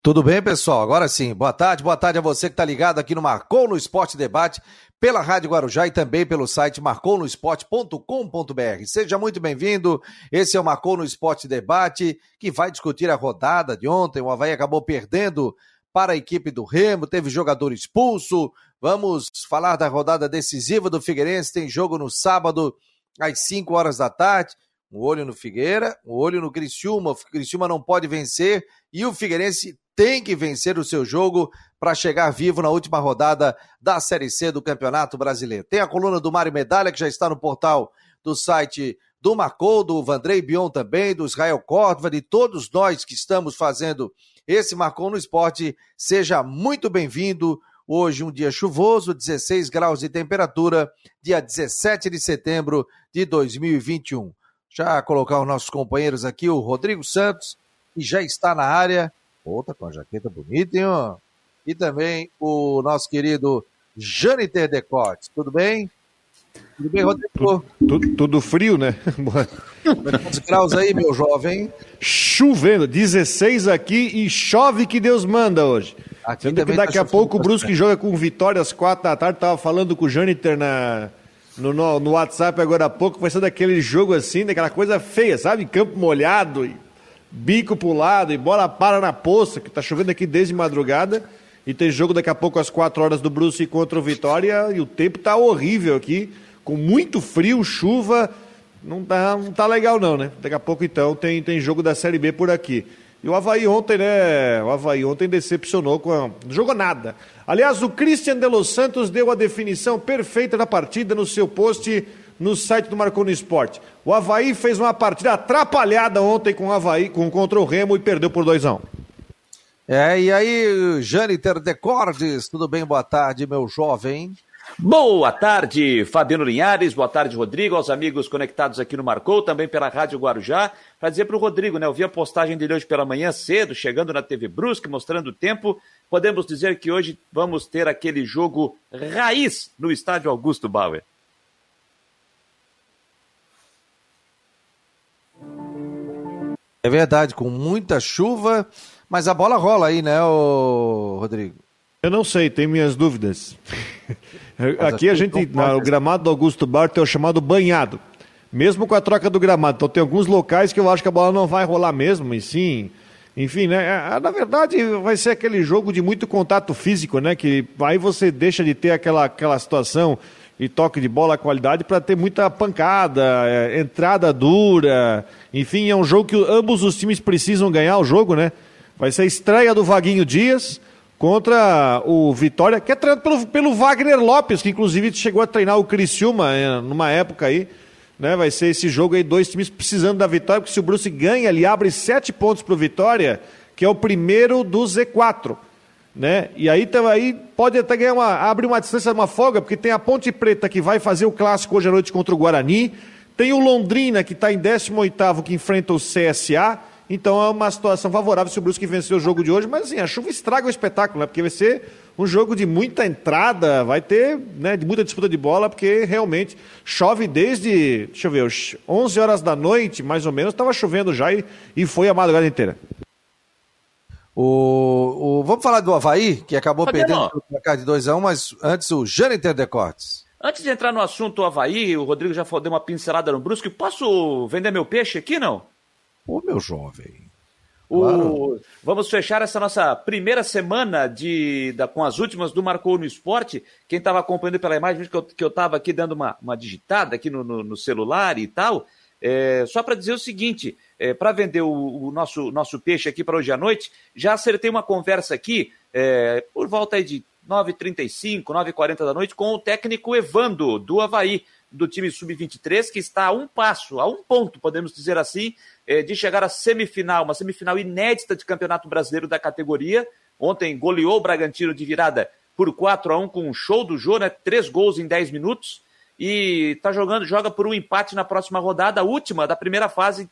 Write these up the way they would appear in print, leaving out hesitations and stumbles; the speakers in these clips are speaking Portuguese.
Tudo bem, pessoal? Agora sim. Boa tarde a você que está ligado aqui no Marcou no Esporte Debate, pela Rádio Guarujá e também pelo site marconosport.com.br. Seja muito bem-vindo. Esse é o Marcou no Esporte Debate, que vai discutir a rodada de ontem. O Avaí acabou perdendo para a equipe do Remo, teve jogador expulso. Vamos falar da rodada decisiva do Figueirense. Tem jogo no sábado, às 5 horas da tarde. Um olho no Figueira, um olho no Criciúma. O Criciúma não pode vencer e o Figueirense tem que vencer o seu jogo para chegar vivo na última rodada da Série C do Campeonato Brasileiro. Tem a coluna do Mário Medalha, que já está no portal do site do Marcou, do Vandrei Bion também, do Israel Córdova, de todos nós que estamos fazendo esse Marcou no Esporte. Seja muito bem-vindo. Hoje um dia chuvoso, 16 graus de temperatura, dia 17 de setembro de 2021. Já colocar os nossos companheiros aqui, o Rodrigo Santos, que já está na área. Outra com a jaqueta bonita, hein, ó? E também o nosso querido Jâniter Decotes. Tudo bem? Tudo bem, Rodrigo? Tudo frio, né? Quantos graus aí, meu jovem? Chovendo, 16 aqui e chove que Deus manda hoje. Aqui sendo que daqui a pouco o Brusque joga com Vitória às 4 da tarde. Tava falando com o Jâniter no WhatsApp agora há pouco. Vai ser daquele jogo assim, daquela coisa feia, sabe? Campo molhado e bico pro lado e bola para na poça, que tá chovendo aqui desde madrugada, e tem jogo daqui a pouco às 4 horas do Brusque contra o Vitória, e o tempo tá horrível aqui, com muito frio, chuva, não tá legal não, né? Daqui a pouco então tem jogo da Série B por aqui. E o Avaí ontem, né? O Avaí ontem decepcionou não jogou nada. Aliás, o Christian de Los Santos deu a definição perfeita da partida no seu post no site do Marcou no Esporte. O Avaí fez uma partida atrapalhada ontem com o Avaí, contra o Remo, e perdeu por 2-1. E aí, Jâniter Decordes, tudo bem? Boa tarde, meu jovem. Boa tarde, Fabiano Linhares, boa tarde, Rodrigo, aos amigos conectados aqui no Marcou, também pela Rádio Guarujá. Para dizer para o Rodrigo, né, eu vi a postagem dele hoje pela manhã cedo, chegando na TV Brusque, mostrando o tempo. Podemos dizer que hoje vamos ter aquele jogo raiz no estádio Augusto Bauer. É verdade, com muita chuva, mas a bola rola aí, né, Rodrigo? Eu não sei, tenho minhas dúvidas. Aqui a gente, o gramado do Augusto Bauer tem o chamado banhado, mesmo com a troca do gramado. Então tem alguns locais que eu acho que a bola não vai rolar mesmo, e sim, enfim, né? Na verdade vai ser aquele jogo de muito contato físico, né? Que aí você deixa de ter aquela situação e toque de bola, qualidade, para ter muita pancada, entrada dura, enfim, é um jogo que ambos os times precisam ganhar o jogo, né? Vai ser a estreia do Vaguinho Dias contra o Vitória, que é treinado pelo Wagner Lopes, que inclusive chegou a treinar o Criciúma numa época aí, né? Vai ser esse jogo aí, dois times precisando da vitória, porque se o Brusque ganha, ele abre 7 pontos para o Vitória, que é o primeiro do Z4. Né? E aí pode até abrir uma distância, uma folga, porque tem a Ponte Preta que vai fazer o clássico hoje à noite contra o Guarani, tem o Londrina que está em 18º, que enfrenta o CSA. Então é uma situação favorável se o Brusque vencer o jogo de hoje, mas assim, a chuva estraga o espetáculo, né? Porque vai ser um jogo de muita entrada, vai ter, né, de muita disputa de bola, porque realmente chove desde, 11 horas da noite, mais ou menos, estava chovendo já e foi a madrugada inteira. Vamos falar do Avaí, que acabou perdendo pelo placar de 2-1, mas antes o Jâniter Decortes. Antes de entrar no assunto Avaí, o Rodrigo já deu uma pincelada no Brusque. Posso vender meu peixe aqui, não? Ô, meu jovem. Claro. Vamos fechar essa nossa primeira semana com as últimas do Marcou no Esporte. Quem estava acompanhando pela imagem, que eu estava aqui dando uma digitada aqui no celular e tal, só para dizer o seguinte, para vender o nosso peixe aqui para hoje à noite, já acertei uma conversa aqui, por volta aí de 9h35, 9h40 da noite, com o técnico Evando, do Avaí, do time Sub-23, que está a um ponto, podemos dizer assim, de chegar à semifinal, uma semifinal inédita de Campeonato Brasileiro da categoria. Ontem goleou o Bragantino de virada por 4-1 com um show do Jô, né? 3 gols em 10 minutos, e joga por um empate na próxima rodada, a última da primeira fase. Então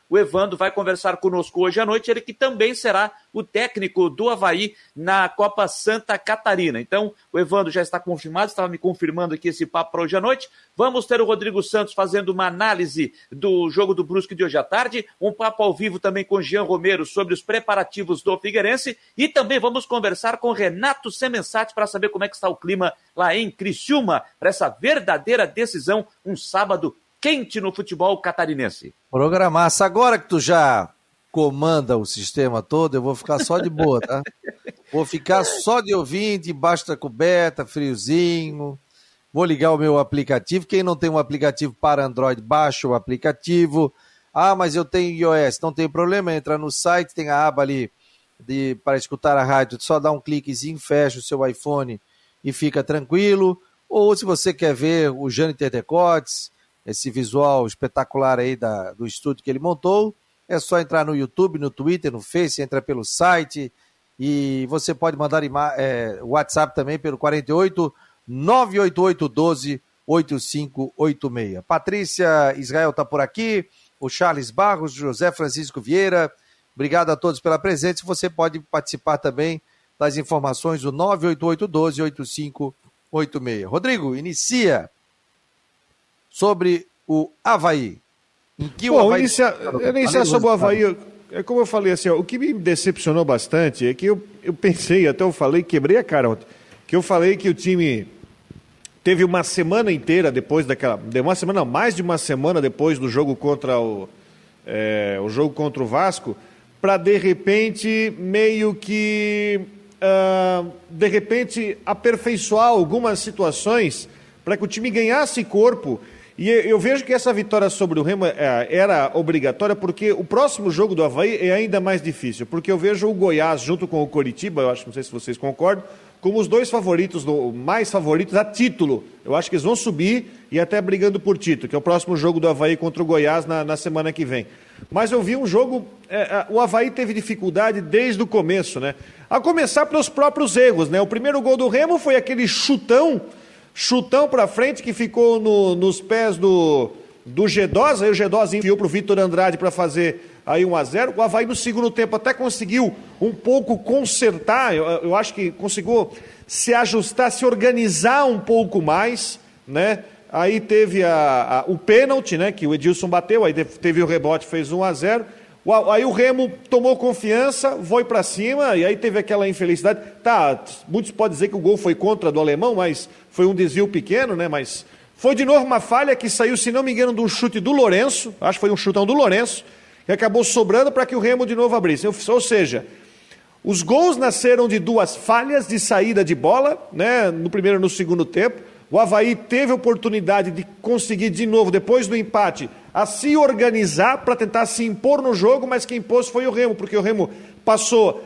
o Evandro vai conversar conosco hoje à noite, ele que também será o técnico do Avaí na Copa Santa Catarina. Então, o Evandro já está confirmado, estava me confirmando aqui esse papo para hoje à noite. Vamos ter o Rodrigo Santos fazendo uma análise do jogo do Brusque de hoje à tarde, um papo ao vivo também com Jean Romero sobre os preparativos do Figueirense e também vamos conversar com Renato Semensati para saber como é que está o clima lá em Criciúma para essa verdadeira decisão, um sábado quente no futebol catarinense. Programaça. Agora que tu já comanda o sistema todo, eu vou ficar só de boa, tá? Vou ficar só de ouvinte, embaixo da coberta, friozinho. Vou ligar o meu aplicativo. Quem não tem um aplicativo para Android, baixa o aplicativo. Ah, mas eu tenho iOS. Não tem problema, entra no site, tem a aba ali para escutar a rádio. Só dá um cliquezinho, fecha o seu iPhone e fica tranquilo. Ou se você quer ver o Jâniter Decotes, esse visual espetacular aí do estúdio que ele montou, é só entrar no YouTube, no Twitter, no Face, entra pelo site e você pode mandar WhatsApp também pelo 48 988 12 8586. Patrícia Israel está por aqui, o Charles Barros, José Francisco Vieira, obrigado a todos pela presença. Você pode participar também das informações do 988 12 8586. Rodrigo, inicia sobre o Avaí. Em que o Avaí... Iniciar sobre o Avaí, é como eu falei assim, ó, o que me decepcionou bastante é que eu pensei, até eu falei, quebrei a cara ontem, que eu falei que o time teve uma semana inteira depois daquela... mais de uma semana depois do jogo contra o jogo contra o Vasco, para de repente meio que aperfeiçoar algumas situações para que o time ganhasse corpo. E eu vejo que essa vitória sobre o Remo era obrigatória, porque o próximo jogo do Avaí é ainda mais difícil, porque eu vejo o Goiás junto com o Coritiba, eu acho, não sei se vocês concordam, como os dois favoritos, mais favoritos a título. Eu acho que eles vão subir e até brigando por título, que é o próximo jogo do Avaí contra o Goiás na semana que vem. Mas eu vi um jogo, o Avaí teve dificuldade desde o começo, né? A começar pelos próprios erros, né? O primeiro gol do Remo foi aquele chutão para frente que ficou nos pés do Gedós, aí o Gedós enviou para o Vitor Andrade para fazer aí 1-0, o Avaí no segundo tempo até conseguiu um pouco consertar, eu acho que conseguiu se ajustar, se organizar um pouco mais, né? Aí teve o pênalti, né, que o Edilson bateu, aí teve o rebote, fez 1-0, aí o Remo tomou confiança, foi para cima, e aí teve aquela infelicidade. Tá, muitos podem dizer que o gol foi contra do alemão, mas foi um desvio pequeno, né? Mas foi de novo uma falha que saiu, se não me engano, de um chute do Lourenço, acho que foi um chutão do Lourenço, que acabou sobrando para que o Remo de novo abrisse. Ou seja, os gols nasceram de duas falhas de saída de bola, né? No primeiro e no segundo tempo. O Avaí teve a oportunidade de conseguir de novo, depois do empate, a se organizar para tentar se impor no jogo, mas quem impôs foi o Remo, porque o Remo passou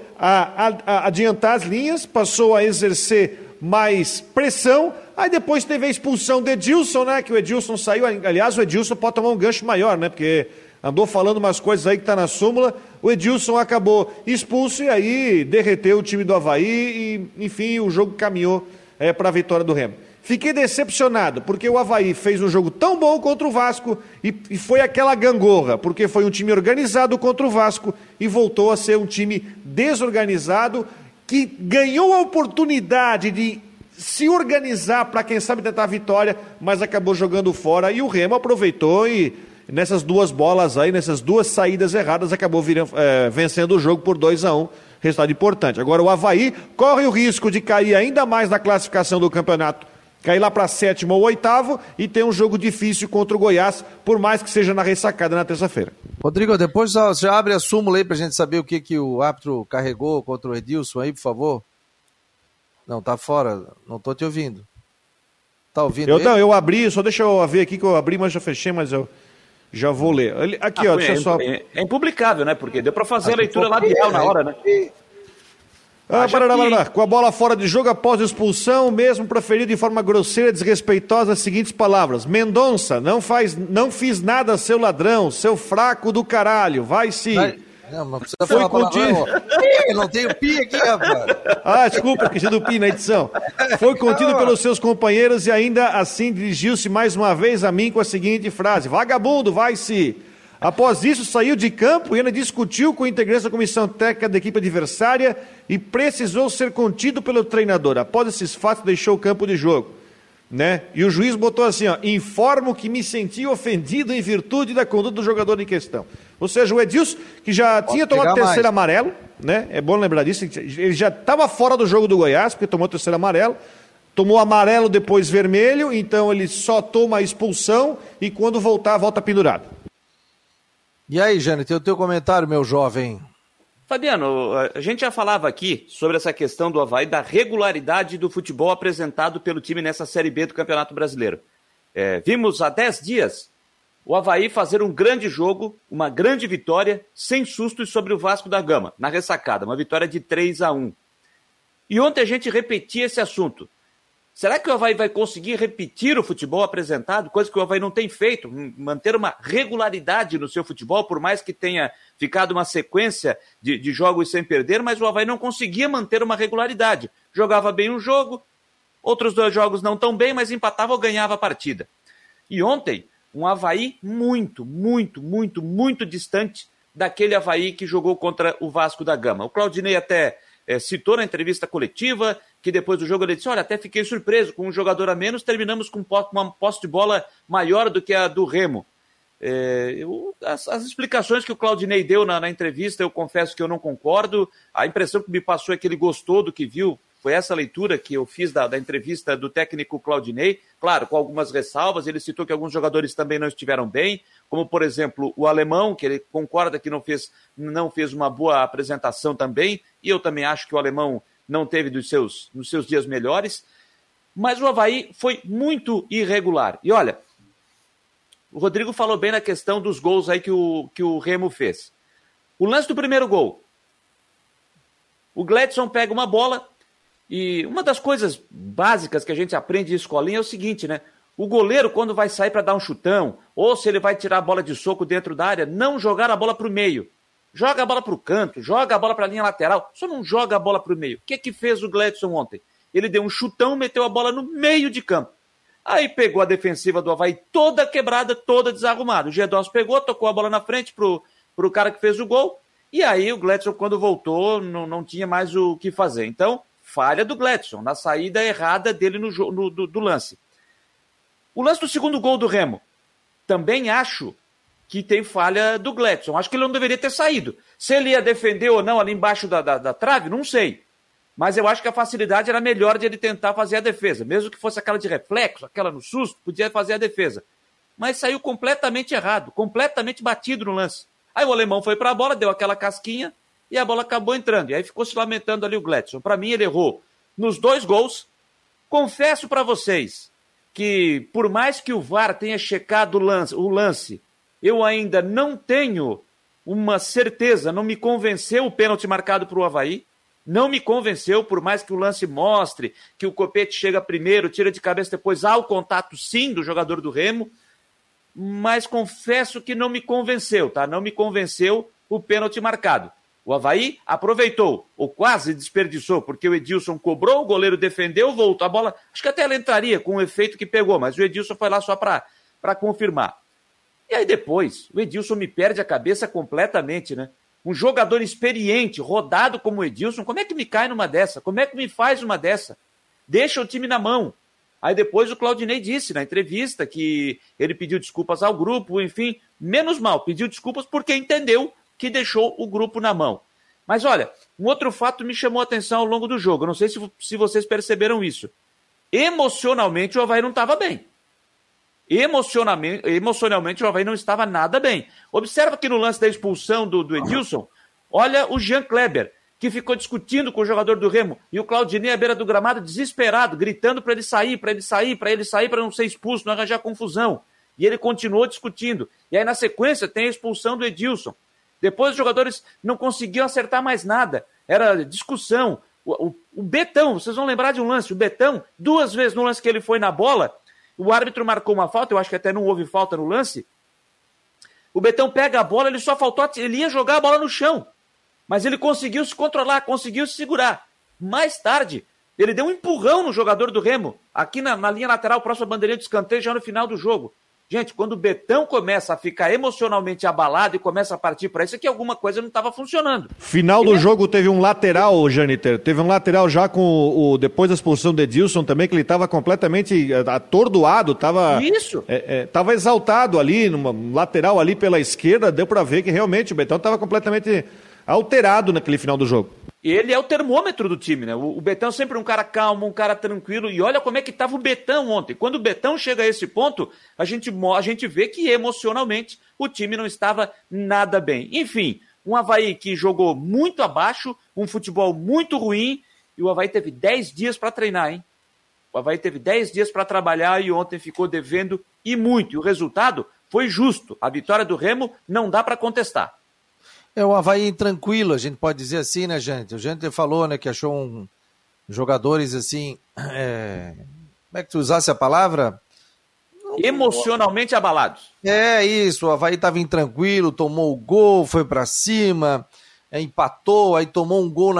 a adiantar as linhas, passou a exercer mais pressão, aí depois teve a expulsão do Edilson, né, que o Edilson saiu, aliás o Edilson pode tomar um gancho maior, né, porque andou falando umas coisas aí que está na súmula, o Edilson acabou expulso e aí derreteu o time do Avaí e, enfim, o jogo caminhou para a vitória do Remo. Fiquei decepcionado, porque o Avaí fez um jogo tão bom contra o Vasco e foi aquela gangorra, porque foi um time organizado contra o Vasco e voltou a ser um time desorganizado que ganhou a oportunidade de se organizar para, quem sabe, tentar a vitória, mas acabou jogando fora e o Remo aproveitou e nessas duas bolas aí, nessas duas saídas erradas, acabou vencendo o jogo por 2-1. Resultado importante. Agora o Avaí corre o risco de cair ainda mais na classificação do campeonato, cair lá para 7º ou 8º e ter um jogo difícil contra o Goiás, por mais que seja na ressacada na terça-feira. Rodrigo, depois já abre a súmula aí pra gente saber o que o árbitro carregou contra o Edilson aí, por favor. Não, tá fora, não tô te ouvindo. Tá ouvindo ele? Não, eu abri, só deixa eu ver aqui que eu abri, mas já fechei, mas eu já vou ler. Aqui, ó, deixa eu só... É impublicável, né? Porque deu para fazer a leitura labial na hora, né? Com a bola fora de jogo após a expulsão, mesmo proferido de forma grosseira e desrespeitosa as seguintes palavras: Mendonça, não fiz nada, seu ladrão, seu fraco do caralho, vai sim. Não, mas precisa falar contido. Eu não tenho pi aqui, rapaz. Desculpa, que do pi na edição. Foi contido pelos seus companheiros e ainda assim dirigiu-se mais uma vez a mim com a seguinte frase: vagabundo, vai-se. Após isso, saiu de campo e ainda discutiu com integrantes da comissão técnica da equipe adversária e precisou ser contido pelo treinador. Após esses fatos, deixou o campo de jogo. Né? E o juiz botou assim, ó, informo que me senti ofendido em virtude da conduta do jogador em questão. Ou seja, o Edilson, que já tinha tomado o terceiro amarelo, né? É bom lembrar disso, ele já estava fora do jogo do Goiás, porque tomou o terceiro amarelo, tomou amarelo, depois vermelho, então ele só toma a expulsão e quando voltar, volta pendurado. E aí, Jânio, tem o teu comentário, meu jovem? Fabiano, a gente já falava aqui sobre essa questão do Avaí, da regularidade do futebol apresentado pelo time nessa Série B do Campeonato Brasileiro. Vimos há 10 dias o Avaí fazer um grande jogo, uma grande vitória, sem sustos sobre o Vasco da Gama, na ressacada, uma vitória de 3-1. E ontem a gente repetia esse assunto. Será que o Avaí vai conseguir repetir o futebol apresentado, coisa que o Avaí não tem feito, manter uma regularidade no seu futebol, por mais que tenha ficado uma sequência de jogos sem perder, mas o Avaí não conseguia manter uma regularidade. Jogava bem um jogo, outros 2 jogos não tão bem, mas empatava ou ganhava a partida. E ontem, um Avaí muito, muito, muito, muito distante daquele Avaí que jogou contra o Vasco da Gama. O Claudinei até citou na entrevista coletiva que depois do jogo ele disse, olha, até fiquei surpreso, com um jogador a menos, terminamos com uma posse de bola maior do que a do Remo. As explicações que o Claudinei deu na entrevista, eu confesso que eu não concordo. A impressão que me passou é que ele gostou do que viu. Foi essa leitura que eu fiz da entrevista do técnico Claudinei, claro, com algumas ressalvas. Ele citou que alguns jogadores também não estiveram bem, como, por exemplo, o Alemão, que ele concorda que não fez uma boa apresentação também, e eu também acho que o Alemão não teve nos seus dias melhores. Mas o Avaí foi muito irregular. E olha, o Rodrigo falou bem na questão dos gols aí que o Remo fez. O lance do primeiro gol. O Gledson pega uma bola e uma das coisas básicas que a gente aprende em escolinha é o seguinte, né? O goleiro, quando vai sair para dar um chutão, ou se ele vai tirar a bola de soco dentro da área, não jogar a bola para o meio. Joga a bola para o canto, joga a bola para a linha lateral, só não joga a bola para o meio. O que fez o Gledson ontem? Ele deu um chutão, meteu a bola no meio de campo. Aí pegou a defensiva do Avaí toda quebrada, toda desarrumada. O Gedós pegou, tocou a bola na frente pro cara que fez o gol. E aí o Gledson, quando voltou, não tinha mais o que fazer. Então, falha do Gledson, na saída errada dele do lance. O lance do segundo gol do Remo. Também acho que tem falha do Gledson. Acho que ele não deveria ter saído. Se ele ia defender ou não ali embaixo da trave, não sei. Mas eu acho que a facilidade era melhor de ele tentar fazer a defesa. Mesmo que fosse aquela de reflexo, aquela no susto, podia fazer a defesa. Mas saiu completamente errado, completamente batido no lance. Aí o alemão foi para a bola, deu aquela casquinha e a bola acabou entrando. E aí ficou se lamentando ali o Gledson. Para mim ele errou nos 2 gols. Confesso para vocês que por mais que o VAR tenha checado o lance, eu ainda não tenho uma certeza, não me convenceu o pênalti marcado para o Avaí. Não me convenceu, por mais que o lance mostre que o Copete chega primeiro, tira de cabeça, depois há o contato sim do jogador do Remo, mas confesso que não me convenceu, tá? Não me convenceu o pênalti marcado. O Avaí aproveitou, ou quase desperdiçou, porque o Edilson cobrou, o goleiro defendeu, voltou a bola, acho que até ela entraria com o efeito que pegou, mas o Edilson foi lá só para confirmar. E aí depois, o Edilson me perde a cabeça completamente, né? Um jogador experiente, rodado como o Edilson, como é que me cai numa dessa? Como é que me faz uma dessa? Deixa o time na mão. Aí depois o Claudinei disse na entrevista que ele pediu desculpas ao grupo, enfim, menos mal, pediu desculpas porque entendeu que deixou o grupo na mão. Mas olha, um outro fato me chamou a atenção ao longo do jogo, eu não sei se vocês perceberam isso. Emocionalmente o Avaí não estava bem. Emocionalmente o Avaí não estava nada bem. Observa que no lance da expulsão do Edilson, olha o Jean Kleber, que ficou discutindo com o jogador do Remo, e o Claudinei à beira do gramado desesperado, gritando para ele sair, para não ser expulso, não arranjar confusão. E ele continuou discutindo. E aí na sequência tem a expulsão do Edilson. Depois os jogadores não conseguiam acertar mais nada. Era discussão. O Betão, vocês vão lembrar de um lance, o Betão, 2 vezes no lance que ele foi na bola, o árbitro marcou uma falta, eu acho que até não houve falta no lance. O Betão pega a bola, ele só faltou, ele ia jogar a bola no chão. Mas ele conseguiu se controlar, conseguiu se segurar. Mais tarde, ele deu um empurrão no jogador do Remo, aqui na linha lateral, próxima bandeirinha de escanteio, já no final do jogo. Gente, quando o Betão começa a ficar emocionalmente abalado e começa a partir para isso, é que alguma coisa não estava funcionando. Final do jogo teve um lateral, Janiter. Teve um lateral já com depois da expulsão do Edilson também, que ele estava completamente atordoado, estava exaltado ali, numa lateral ali pela esquerda, deu para ver que realmente o Betão estava completamente alterado naquele final do jogo. Ele é o termômetro do time, né? O Betão é sempre um cara calmo, um cara tranquilo. E olha como é que estava o Betão ontem. Quando o Betão chega a esse ponto, a gente vê que emocionalmente o time não estava nada bem. Enfim, um Avaí que jogou muito abaixo, um futebol muito ruim, e o Avaí teve 10 dias para treinar, hein? O Avaí teve 10 dias para trabalhar e ontem ficou devendo e muito. E o resultado foi justo. A vitória do Remo não dá para contestar. É o Avaí tranquilo, a gente pode dizer assim, né, gente? O gente falou, né, que achou jogadores assim, como é que tu usasse a palavra? Emocionalmente abalados. É isso, o Avaí estava intranquilo, tomou o gol, foi para cima, empatou, aí tomou um gol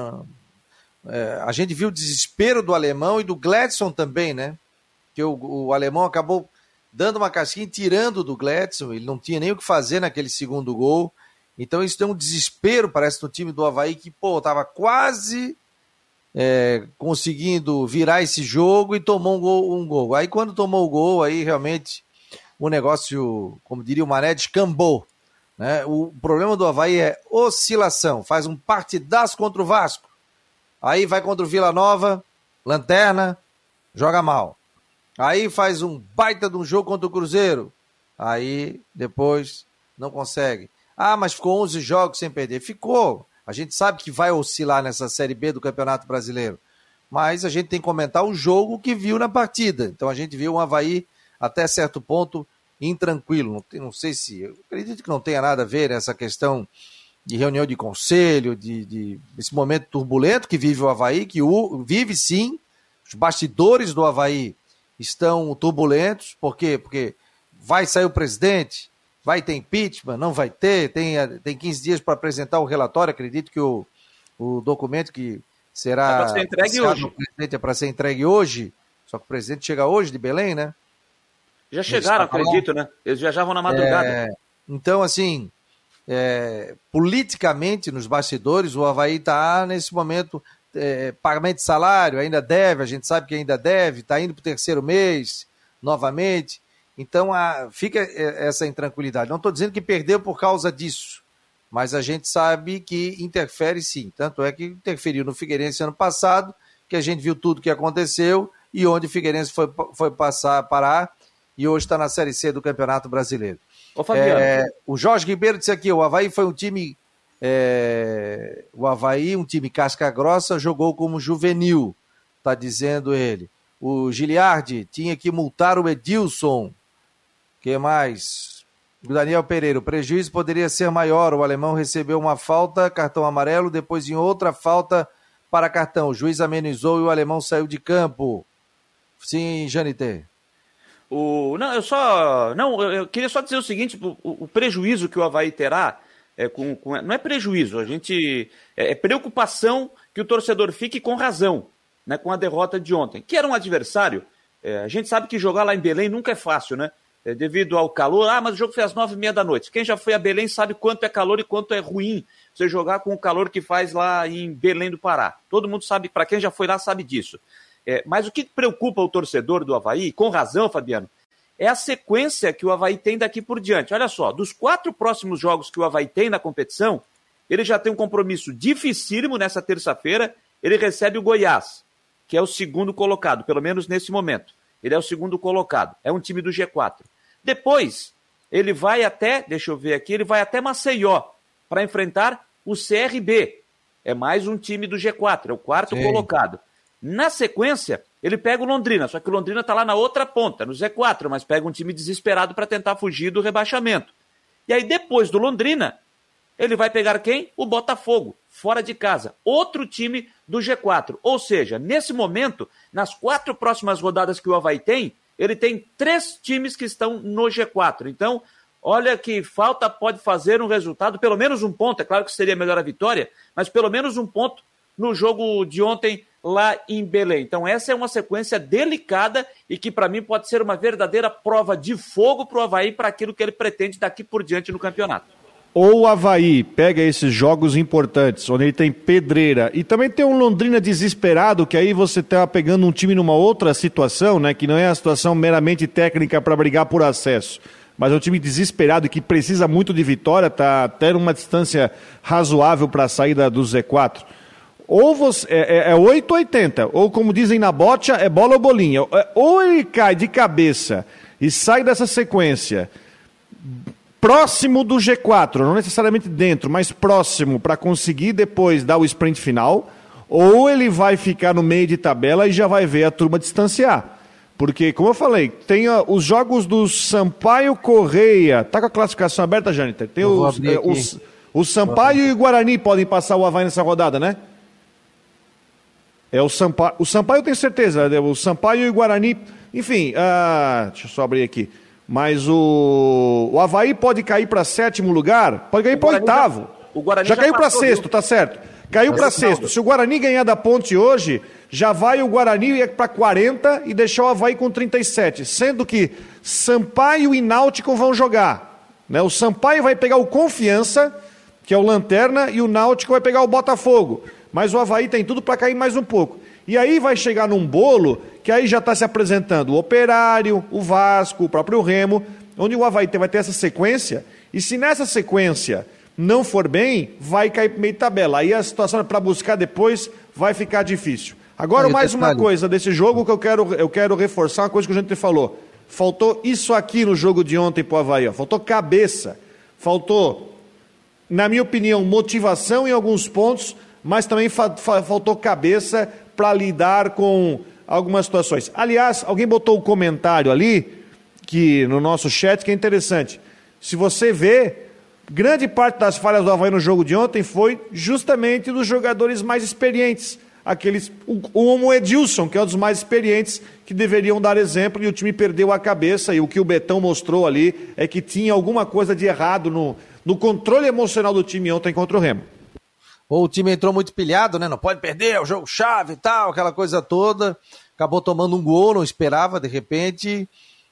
a gente viu o desespero do alemão e do Gladson também, né? Que o alemão acabou dando uma casquinha e tirando do Gladson, ele não tinha nem o que fazer naquele segundo gol. Então isso deu um desespero, parece, no time do Avaí, que, estava quase conseguindo virar esse jogo e tomou um gol. Aí quando tomou o gol, aí realmente o negócio, como diria o Mané, descambou. Né? O problema do Avaí é oscilação, faz um partidaço contra o Vasco, aí vai contra o Vila Nova, lanterna, joga mal. Aí faz um baita de um jogo contra o Cruzeiro, aí depois não consegue. Ah, mas ficou 11 jogos sem perder. Ficou. A gente sabe que vai oscilar nessa Série B do Campeonato Brasileiro. Mas a gente tem que comentar o jogo que viu na partida. Então a gente viu um Avaí, até certo ponto, intranquilo. Não sei se... Eu acredito que não tenha nada a ver essa questão de reunião de conselho, esse momento turbulento que vive o Avaí, que vive sim. Os bastidores do Avaí estão turbulentos. Por quê? Porque vai sair o presidente... Vai ter impeachment? Não vai ter? Tem 15 dias para apresentar o relatório. Acredito que o documento que será... para ser entregue hoje. É para ser entregue hoje. Só que o presidente chega hoje de Belém, né? Já chegaram, acredito, né? Eles viajavam na madrugada. Então, assim, politicamente, nos bastidores, o Avaí está, nesse momento, pagamento de salário, ainda deve, a gente sabe que ainda deve, está indo para o 3º mês, novamente. Então fica essa intranquilidade. Não estou dizendo que perdeu por causa disso, mas a gente sabe que interfere sim. Tanto é que interferiu no Figueirense ano passado, que a gente viu tudo que aconteceu e onde o Figueirense foi parar e hoje está na Série C do Campeonato Brasileiro. Ô, Fabiano. O Jorge Ribeiro disse aqui, o Avaí foi um time... um time casca grossa, jogou como juvenil, está dizendo ele. O Giliardi tinha que multar o Edilson. Que mais? O Daniel Pereira, o prejuízo poderia ser maior. O alemão recebeu uma falta, cartão amarelo, depois em outra falta para cartão. O juiz amenizou e o alemão saiu de campo. Sim, Janiter. Eu queria só dizer o seguinte: o prejuízo que o Avaí terá, não é prejuízo, é preocupação que o torcedor fique com razão, né, com a derrota de ontem, que era um adversário. A gente sabe que jogar lá em Belém nunca é fácil, né? Devido ao calor, mas o jogo foi às 9h30 da noite. Quem já foi a Belém sabe quanto é calor e quanto é ruim você jogar com o calor que faz lá em Belém do Pará. Todo mundo sabe, para quem já foi lá sabe disso. Mas o que preocupa o torcedor do Avaí, com razão, Fabiano, é a sequência que o Avaí tem daqui por diante. Olha só, dos 4 próximos jogos que o Avaí tem na competição, ele já tem um compromisso dificílimo nessa terça-feira. Ele recebe o Goiás, que é o segundo colocado, pelo menos nesse momento. Ele é o segundo colocado, é um time do G4. Depois, ele vai até, deixa eu ver aqui, ele vai até Maceió para enfrentar o CRB. É mais um time do G4, é o quarto colocado. Na sequência, ele pega o Londrina, só que o Londrina está lá na outra ponta, no Z4, mas pega um time desesperado para tentar fugir do rebaixamento. E aí, depois do Londrina, ele vai pegar quem? O Botafogo, fora de casa. Outro time do G4. Ou seja, nesse momento, nas 4 próximas rodadas que o Avaí tem, ele tem 3 times que estão no G4. Então, olha que falta pode fazer um resultado, pelo menos um ponto. É claro que seria melhor a vitória, mas pelo menos um ponto no jogo de ontem lá em Belém. Então essa é uma sequência delicada e que para mim pode ser uma verdadeira prova de fogo para o Avaí, para aquilo que ele pretende daqui por diante no campeonato. Ou o Avaí pega esses jogos importantes, onde ele tem pedreira, e também tem um Londrina desesperado, que aí você está pegando um time numa outra situação, né, que não é a situação meramente técnica para brigar por acesso, mas é um time desesperado e que precisa muito de vitória, está até numa distância razoável para a saída do Z4. Ou você, é 8-80, ou como dizem na bocha, é bola ou bolinha. Ou ele cai de cabeça e sai dessa sequência próximo do G4, não necessariamente dentro, mas próximo, para conseguir depois dar o sprint final, ou ele vai ficar no meio de tabela e já vai ver a turma distanciar. Porque, como eu falei, tem os jogos do Sampaio Correia. Tá com a classificação aberta, Jâniter? Tem o Sampaio e o Guarani podem passar o Avaí nessa rodada, né? O Sampaio eu tenho certeza, o Sampaio e o Guarani, enfim, deixa eu só abrir aqui. Mas o Avaí pode cair para 7º lugar, pode cair para 8º. O Guarani já caiu para 6º, tá certo? Caiu para 6º. Se o Guarani ganhar da Ponte hoje, já vai o Guarani para 40 e deixar o Avaí com 37. Sendo que Sampaio e Náutico vão jogar, né? O Sampaio vai pegar o Confiança, que é o Lanterna, e o Náutico vai pegar o Botafogo. Mas o Avaí tem tudo para cair mais um pouco. E aí vai chegar num bolo que aí já está se apresentando o Operário, o Vasco, o próprio Remo, onde o Avaí vai ter essa sequência, e se nessa sequência não for bem, vai cair para meio de tabela. Aí a situação para buscar depois vai ficar difícil. Agora, mais uma coisa desse jogo que eu quero reforçar, uma coisa que a gente falou. Faltou isso aqui no jogo de ontem para o Avaí, ó. Faltou cabeça, faltou, na minha opinião, motivação em alguns pontos, mas também faltou cabeça para lidar com algumas situações. Aliás, alguém botou um comentário ali, que no nosso chat, que é interessante. Se você vê, grande parte das falhas do Avaí no jogo de ontem foi justamente dos jogadores mais experientes. O Edilson, que é um dos mais experientes, que deveriam dar exemplo, e o time perdeu a cabeça, e o que o Betão mostrou ali é que tinha alguma coisa de errado no controle emocional do time ontem contra o Remo. Ou o time entrou muito pilhado, né? Não pode perder, é o jogo chave e tal, aquela coisa toda. Acabou tomando um gol, não esperava, de repente.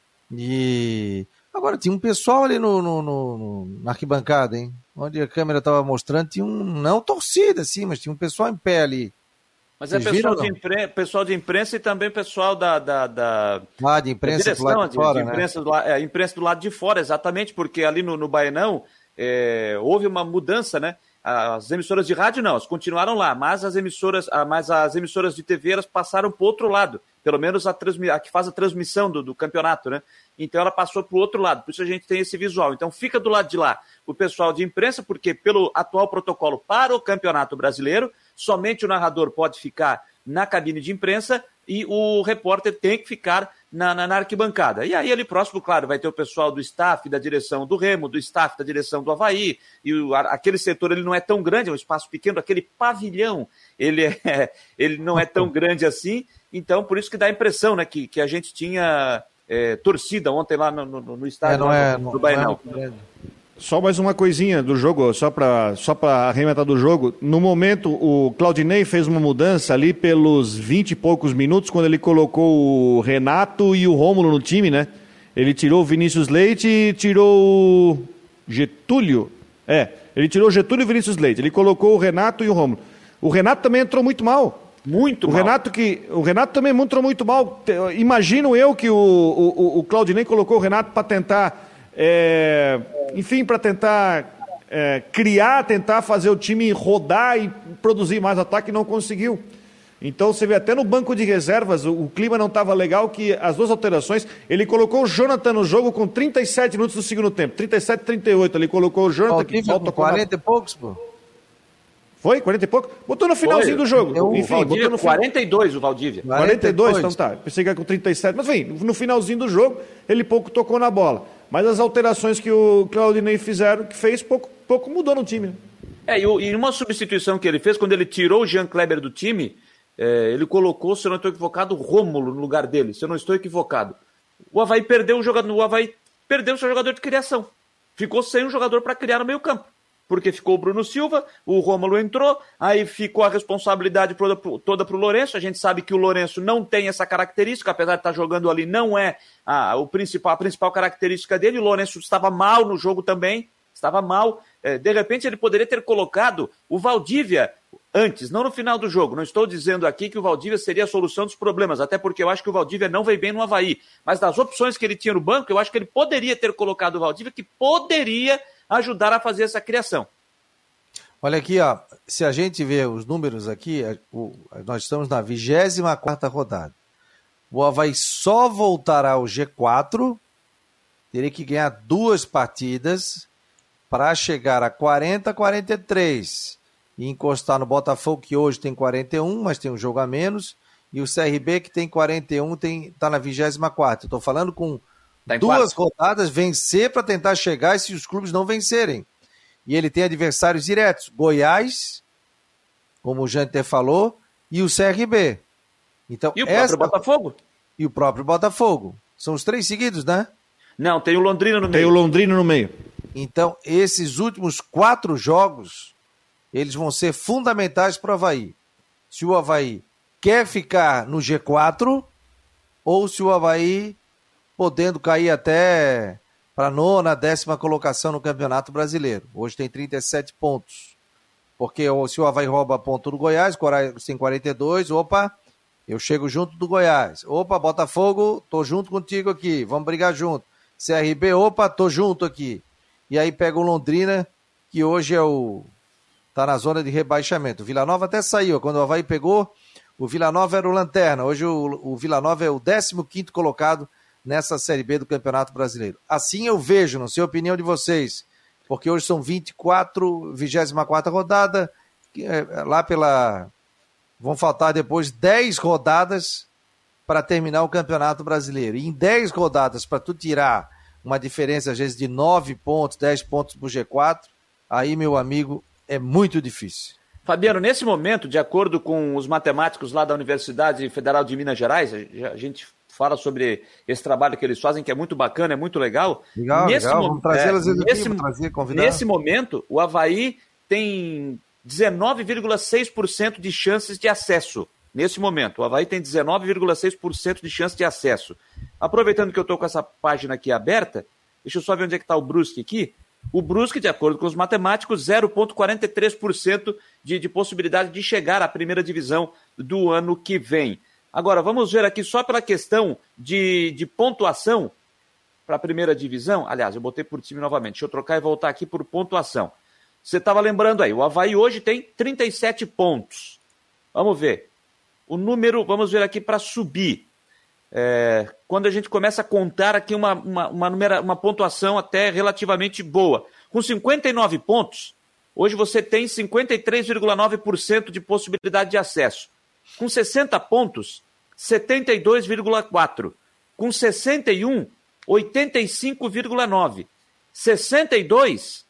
E agora tinha um pessoal ali na arquibancada, hein? Onde a câmera estava mostrando, tinha não torcida, assim, mas tinha um pessoal em pé ali. Mas vocês pessoal de imprensa e também pessoal da de imprensa do lado de fora, né? Imprensa do lado de fora, exatamente, porque ali no Baenão houve uma mudança, né? As emissoras de rádio não, elas continuaram lá, mas as emissoras de TV elas passaram para o outro lado, pelo menos a que faz a transmissão do campeonato, né? Então ela passou para o outro lado, por isso a gente tem esse visual. Então fica do lado de lá o pessoal de imprensa, porque pelo atual protocolo para o Campeonato Brasileiro, somente o narrador pode ficar na cabine de imprensa e o repórter tem que ficar na arquibancada. E aí ali próximo, claro, vai ter o pessoal do staff, da direção do Remo, do staff, da direção do Avaí, e aquele setor ele não é tão grande, é um espaço pequeno, aquele pavilhão, ele não é tão grande assim, então por isso que dá a impressão, né, que a gente tinha torcida ontem lá no estádio do Baenão. Só mais uma coisinha do jogo, só para arrematar do jogo. No momento, o Claudinei fez uma mudança ali pelos 20 e poucos minutos, quando ele colocou o Renato e o Rômulo no time, né? Ele tirou o Vinícius Leite e tirou o Getúlio. Ele tirou o Getúlio e o Vinícius Leite. Ele colocou o Renato e o Rômulo. O Renato também entrou muito mal. Muito mal. O Renato também entrou muito mal. Imagino eu que o Claudinei colocou o Renato para tentar... para tentar criar, tentar fazer o time rodar e produzir mais ataque, não conseguiu. Então você vê até no banco de reservas, o clima não estava legal, que as duas alterações, ele colocou o Jonathan no jogo com 37 minutos do segundo tempo, 37, 38, ele colocou o Jonathan que volta com 40 e poucos, pô. Foi? 40 e pouco? Botou no finalzinho do jogo. Enfim, Valdívia, botou no 42 o Valdívia. 42, então tá. Pensei que era com 37. Mas enfim, no finalzinho do jogo, ele pouco tocou na bola. Mas as alterações que o Claudinei fez, pouco mudou no time. E uma substituição que ele fez, quando ele tirou o Jean Kleber do time, ele colocou, se eu não estou equivocado, o Rômulo no lugar dele, se eu não estou equivocado. O Avaí perdeu o seu jogador de criação. Ficou sem um jogador para criar no meio campo. porque ficou o Bruno Silva, o Rômulo entrou, aí ficou a responsabilidade toda para o Lourenço. A gente sabe que o Lourenço não tem essa característica, apesar de estar jogando ali, não é a principal característica dele. O Lourenço estava mal no jogo também, estava mal. De repente ele poderia ter colocado o Valdívia antes, não no final do jogo. Não estou dizendo aqui que o Valdívia seria a solução dos problemas, até porque eu acho que o Valdívia não veio bem no Avaí. Mas das opções que ele tinha no banco, eu acho que ele poderia ter colocado o Valdívia, que poderia ajudar a fazer essa criação. Olha aqui, ó, se a gente vê os números aqui, nós estamos na 24ª rodada. O Avaí só voltará ao G4, teria que ganhar 2 partidas para chegar a 43 e encostar no Botafogo, que hoje tem 41, mas tem um jogo a menos, e o CRB, que tem 41, está na 24ª. Estou falando com 2 rodadas, vencer para tentar chegar, e se os clubes não vencerem. E ele tem adversários diretos, Goiás, como o Janter falou, e o CRB. Então, e o próprio Botafogo? E o próprio Botafogo. São os 3 seguidos, né? Não, tem o Londrina no meio. Tem o Londrina no meio. Então, esses últimos 4 jogos, eles vão ser fundamentais para o Avaí. Se o Avaí quer ficar no G4, ou se o Avaí podendo cair até para a 9ª, 10ª colocação no Campeonato Brasileiro. Hoje tem 37 pontos. Porque se o Avaí rouba ponto do Goiás, o Goiás tem 42, opa, eu chego junto do Goiás. Opa, Botafogo, tô junto contigo aqui, vamos brigar junto. CRB, opa, tô junto aqui. E aí pega o Londrina, que hoje tá na zona de rebaixamento. O Vila Nova até saiu, quando o Avaí pegou, o Vila Nova era o lanterna. Hoje o Vila Nova é o 15º colocado nessa Série B do Campeonato Brasileiro. Assim eu vejo, não sei a opinião de vocês, porque hoje são 24ª rodada, vão faltar depois 10 rodadas para terminar o Campeonato Brasileiro. E em 10 rodadas, para tu tirar uma diferença, às vezes, de 9 pontos, 10 pontos para o G4, aí, meu amigo, é muito difícil. Fabiano, nesse momento, de acordo com os matemáticos lá da Universidade Federal de Minas Gerais, a gente fala sobre esse trabalho que eles fazem, que é muito bacana, é muito legal. Legal. Vamos trazê-las aqui, nesse momento, o Avaí tem 19,6% de chances de acesso. Nesse momento, o Avaí tem 19,6% de chance de acesso. Aproveitando que eu estou com essa página aqui aberta, deixa eu só ver onde é que está o Brusque aqui. O Brusque, de acordo com os matemáticos, 0,43% de possibilidade de chegar à primeira divisão do ano que vem. Agora, vamos ver aqui só pela questão de pontuação para a primeira divisão. Aliás, eu botei por time novamente. Deixa eu trocar e voltar aqui por pontuação. Você estava lembrando aí, o Avaí hoje tem 37 pontos. Vamos ver. O número, vamos ver aqui para subir. Quando a gente começa a contar aqui uma pontuação até relativamente boa. Com 59 pontos, hoje você tem 53,9% de possibilidade de acesso. Com 60 pontos, 72,4%. Com 61, 85,9%. 62,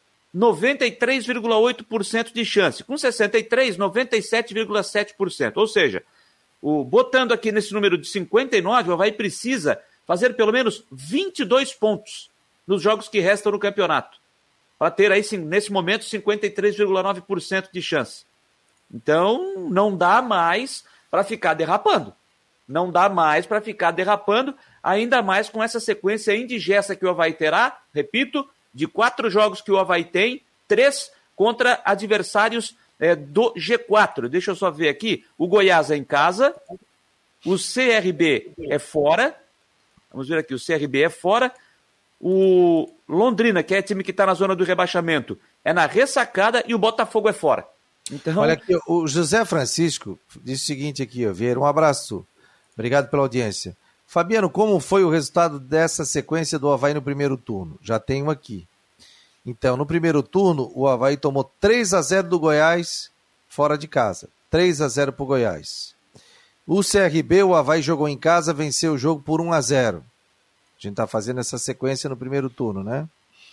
93,8% de chance. Com 63, 97,7%. Ou seja, botando aqui nesse número de 59, o Avaí precisa fazer pelo menos 22 pontos nos jogos que restam no campeonato, para ter aí, nesse momento, 53,9% de chance. Então, não dá mais para ficar derrapando. Não dá mais para ficar derrapando, ainda mais com essa sequência indigesta que o Avaí terá, repito, de 4 jogos que o Avaí tem, 3 contra adversários do G4. Deixa eu só ver aqui. O Goiás é em casa, o CRB é fora. Vamos ver aqui, o CRB é fora. O Londrina, que é time que está na zona do rebaixamento, é na ressacada e o Botafogo é fora. Então... Olha aqui, o José Francisco disse o seguinte aqui, Vieira, um abraço. Obrigado pela audiência. Fabiano, como foi o resultado dessa sequência do Avaí no primeiro turno? Já tenho aqui. Então, no primeiro turno, o Avaí tomou 3-0 do Goiás fora de casa. 3-0 para o Goiás. O CRB, o Avaí jogou em casa, venceu o jogo por 1-0. A gente está fazendo essa sequência no primeiro turno, né?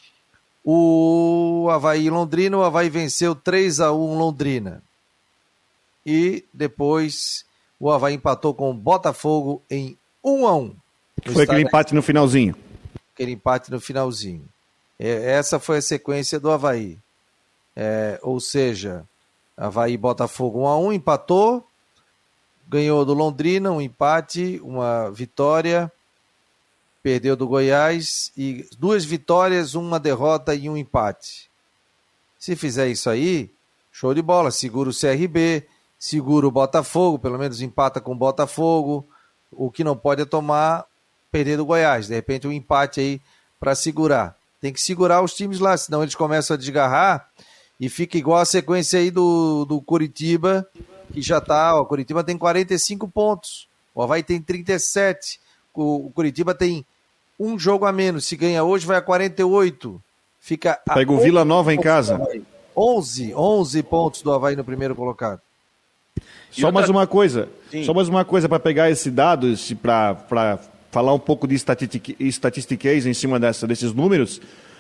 O Avaí Londrina, o Avaí venceu 3-1 Londrina. E depois o Avaí empatou com o Botafogo em 1-1. Foi aquele empate no finalzinho. Aquele empate no finalzinho. Essa foi a sequência do Avaí. Ou seja, Avaí e Botafogo 1-1, empatou, ganhou do Londrina, um empate, uma vitória, perdeu do Goiás, e 2 vitórias, 1 derrota e 1 empate. Se fizer isso aí, show de bola, segura o CRB, segura o Botafogo, pelo menos empata com o Botafogo. O que não pode é perder do Goiás, de repente um empate aí para segurar. Tem que segurar os times lá, senão eles começam a desgarrar e fica igual a sequência aí do Coritiba, que já tá, o Coritiba tem 45 pontos, o Avaí tem 37, o Coritiba tem um jogo a menos, se ganha hoje vai a 48, pega o Vila Nova em casa. 11 pontos do Avaí no primeiro colocado. Só mais uma coisa para pegar esse dado, para falar um pouco de estatistiquez em cima desses números.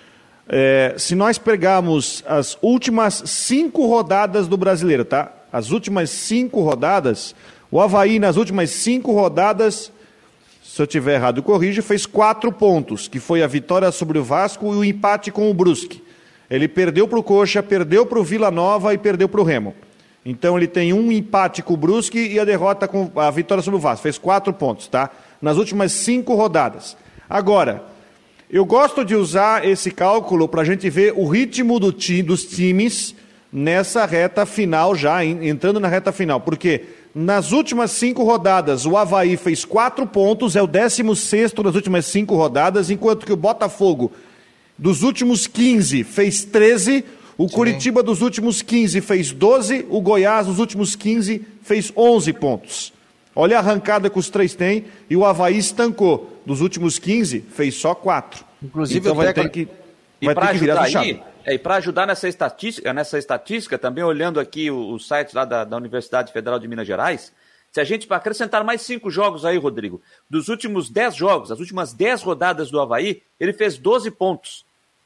Se nós pegarmos as últimas 5 rodadas do Brasileiro, tá? As últimas 5 rodadas, o Avaí nas últimas 5 rodadas, se eu tiver errado, corrijo, fez 4 pontos, que foi a vitória sobre o Vasco e o empate com o Brusque. Ele perdeu para o Coxa, perdeu para o Vila Nova e perdeu para o Remo. Então ele tem um empate com o Brusque e a derrota com a vitória sobre o Vasco. Fez 4 pontos, tá? Nas últimas 5 rodadas. Agora, eu gosto de usar esse cálculo para a gente ver o ritmo dos times nessa reta final já, entrando na reta final. Porque nas últimas 5 rodadas o Avaí fez 4 pontos, é o 16º nas últimas 5 rodadas, enquanto que o Botafogo dos últimos 15 fez 13, o Coritiba dos últimos 15 fez 12, o Goiás dos últimos 15 fez 11 pontos. Olha a arrancada que os 3 têm, e o Avaí estancou. Dos últimos 15, fez só 4. Inclusive, então vai ter que virar essa chave. E para ajudar nessa estatística, também olhando aqui o site lá da Universidade Federal de Minas Gerais, se a gente, para acrescentar mais 5 jogos aí, Rodrigo, dos últimos 10 jogos, as últimas 10 rodadas do Avaí, ele fez 12 pontos.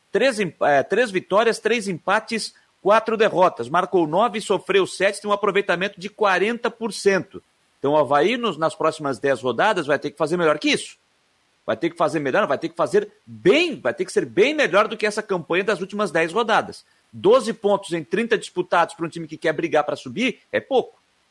3 vitórias, 3 empates, 4 derrotas. Marcou 9, sofreu 7, tem um aproveitamento de 40%. Então o Avaí, nas próximas 10 rodadas, vai ter que fazer melhor que isso. Vai ter que fazer melhor, vai ter que fazer bem, vai ter que ser bem melhor do que essa campanha das últimas 10 rodadas. 12 pontos em 30 disputados para um time que quer brigar para subir é pouco.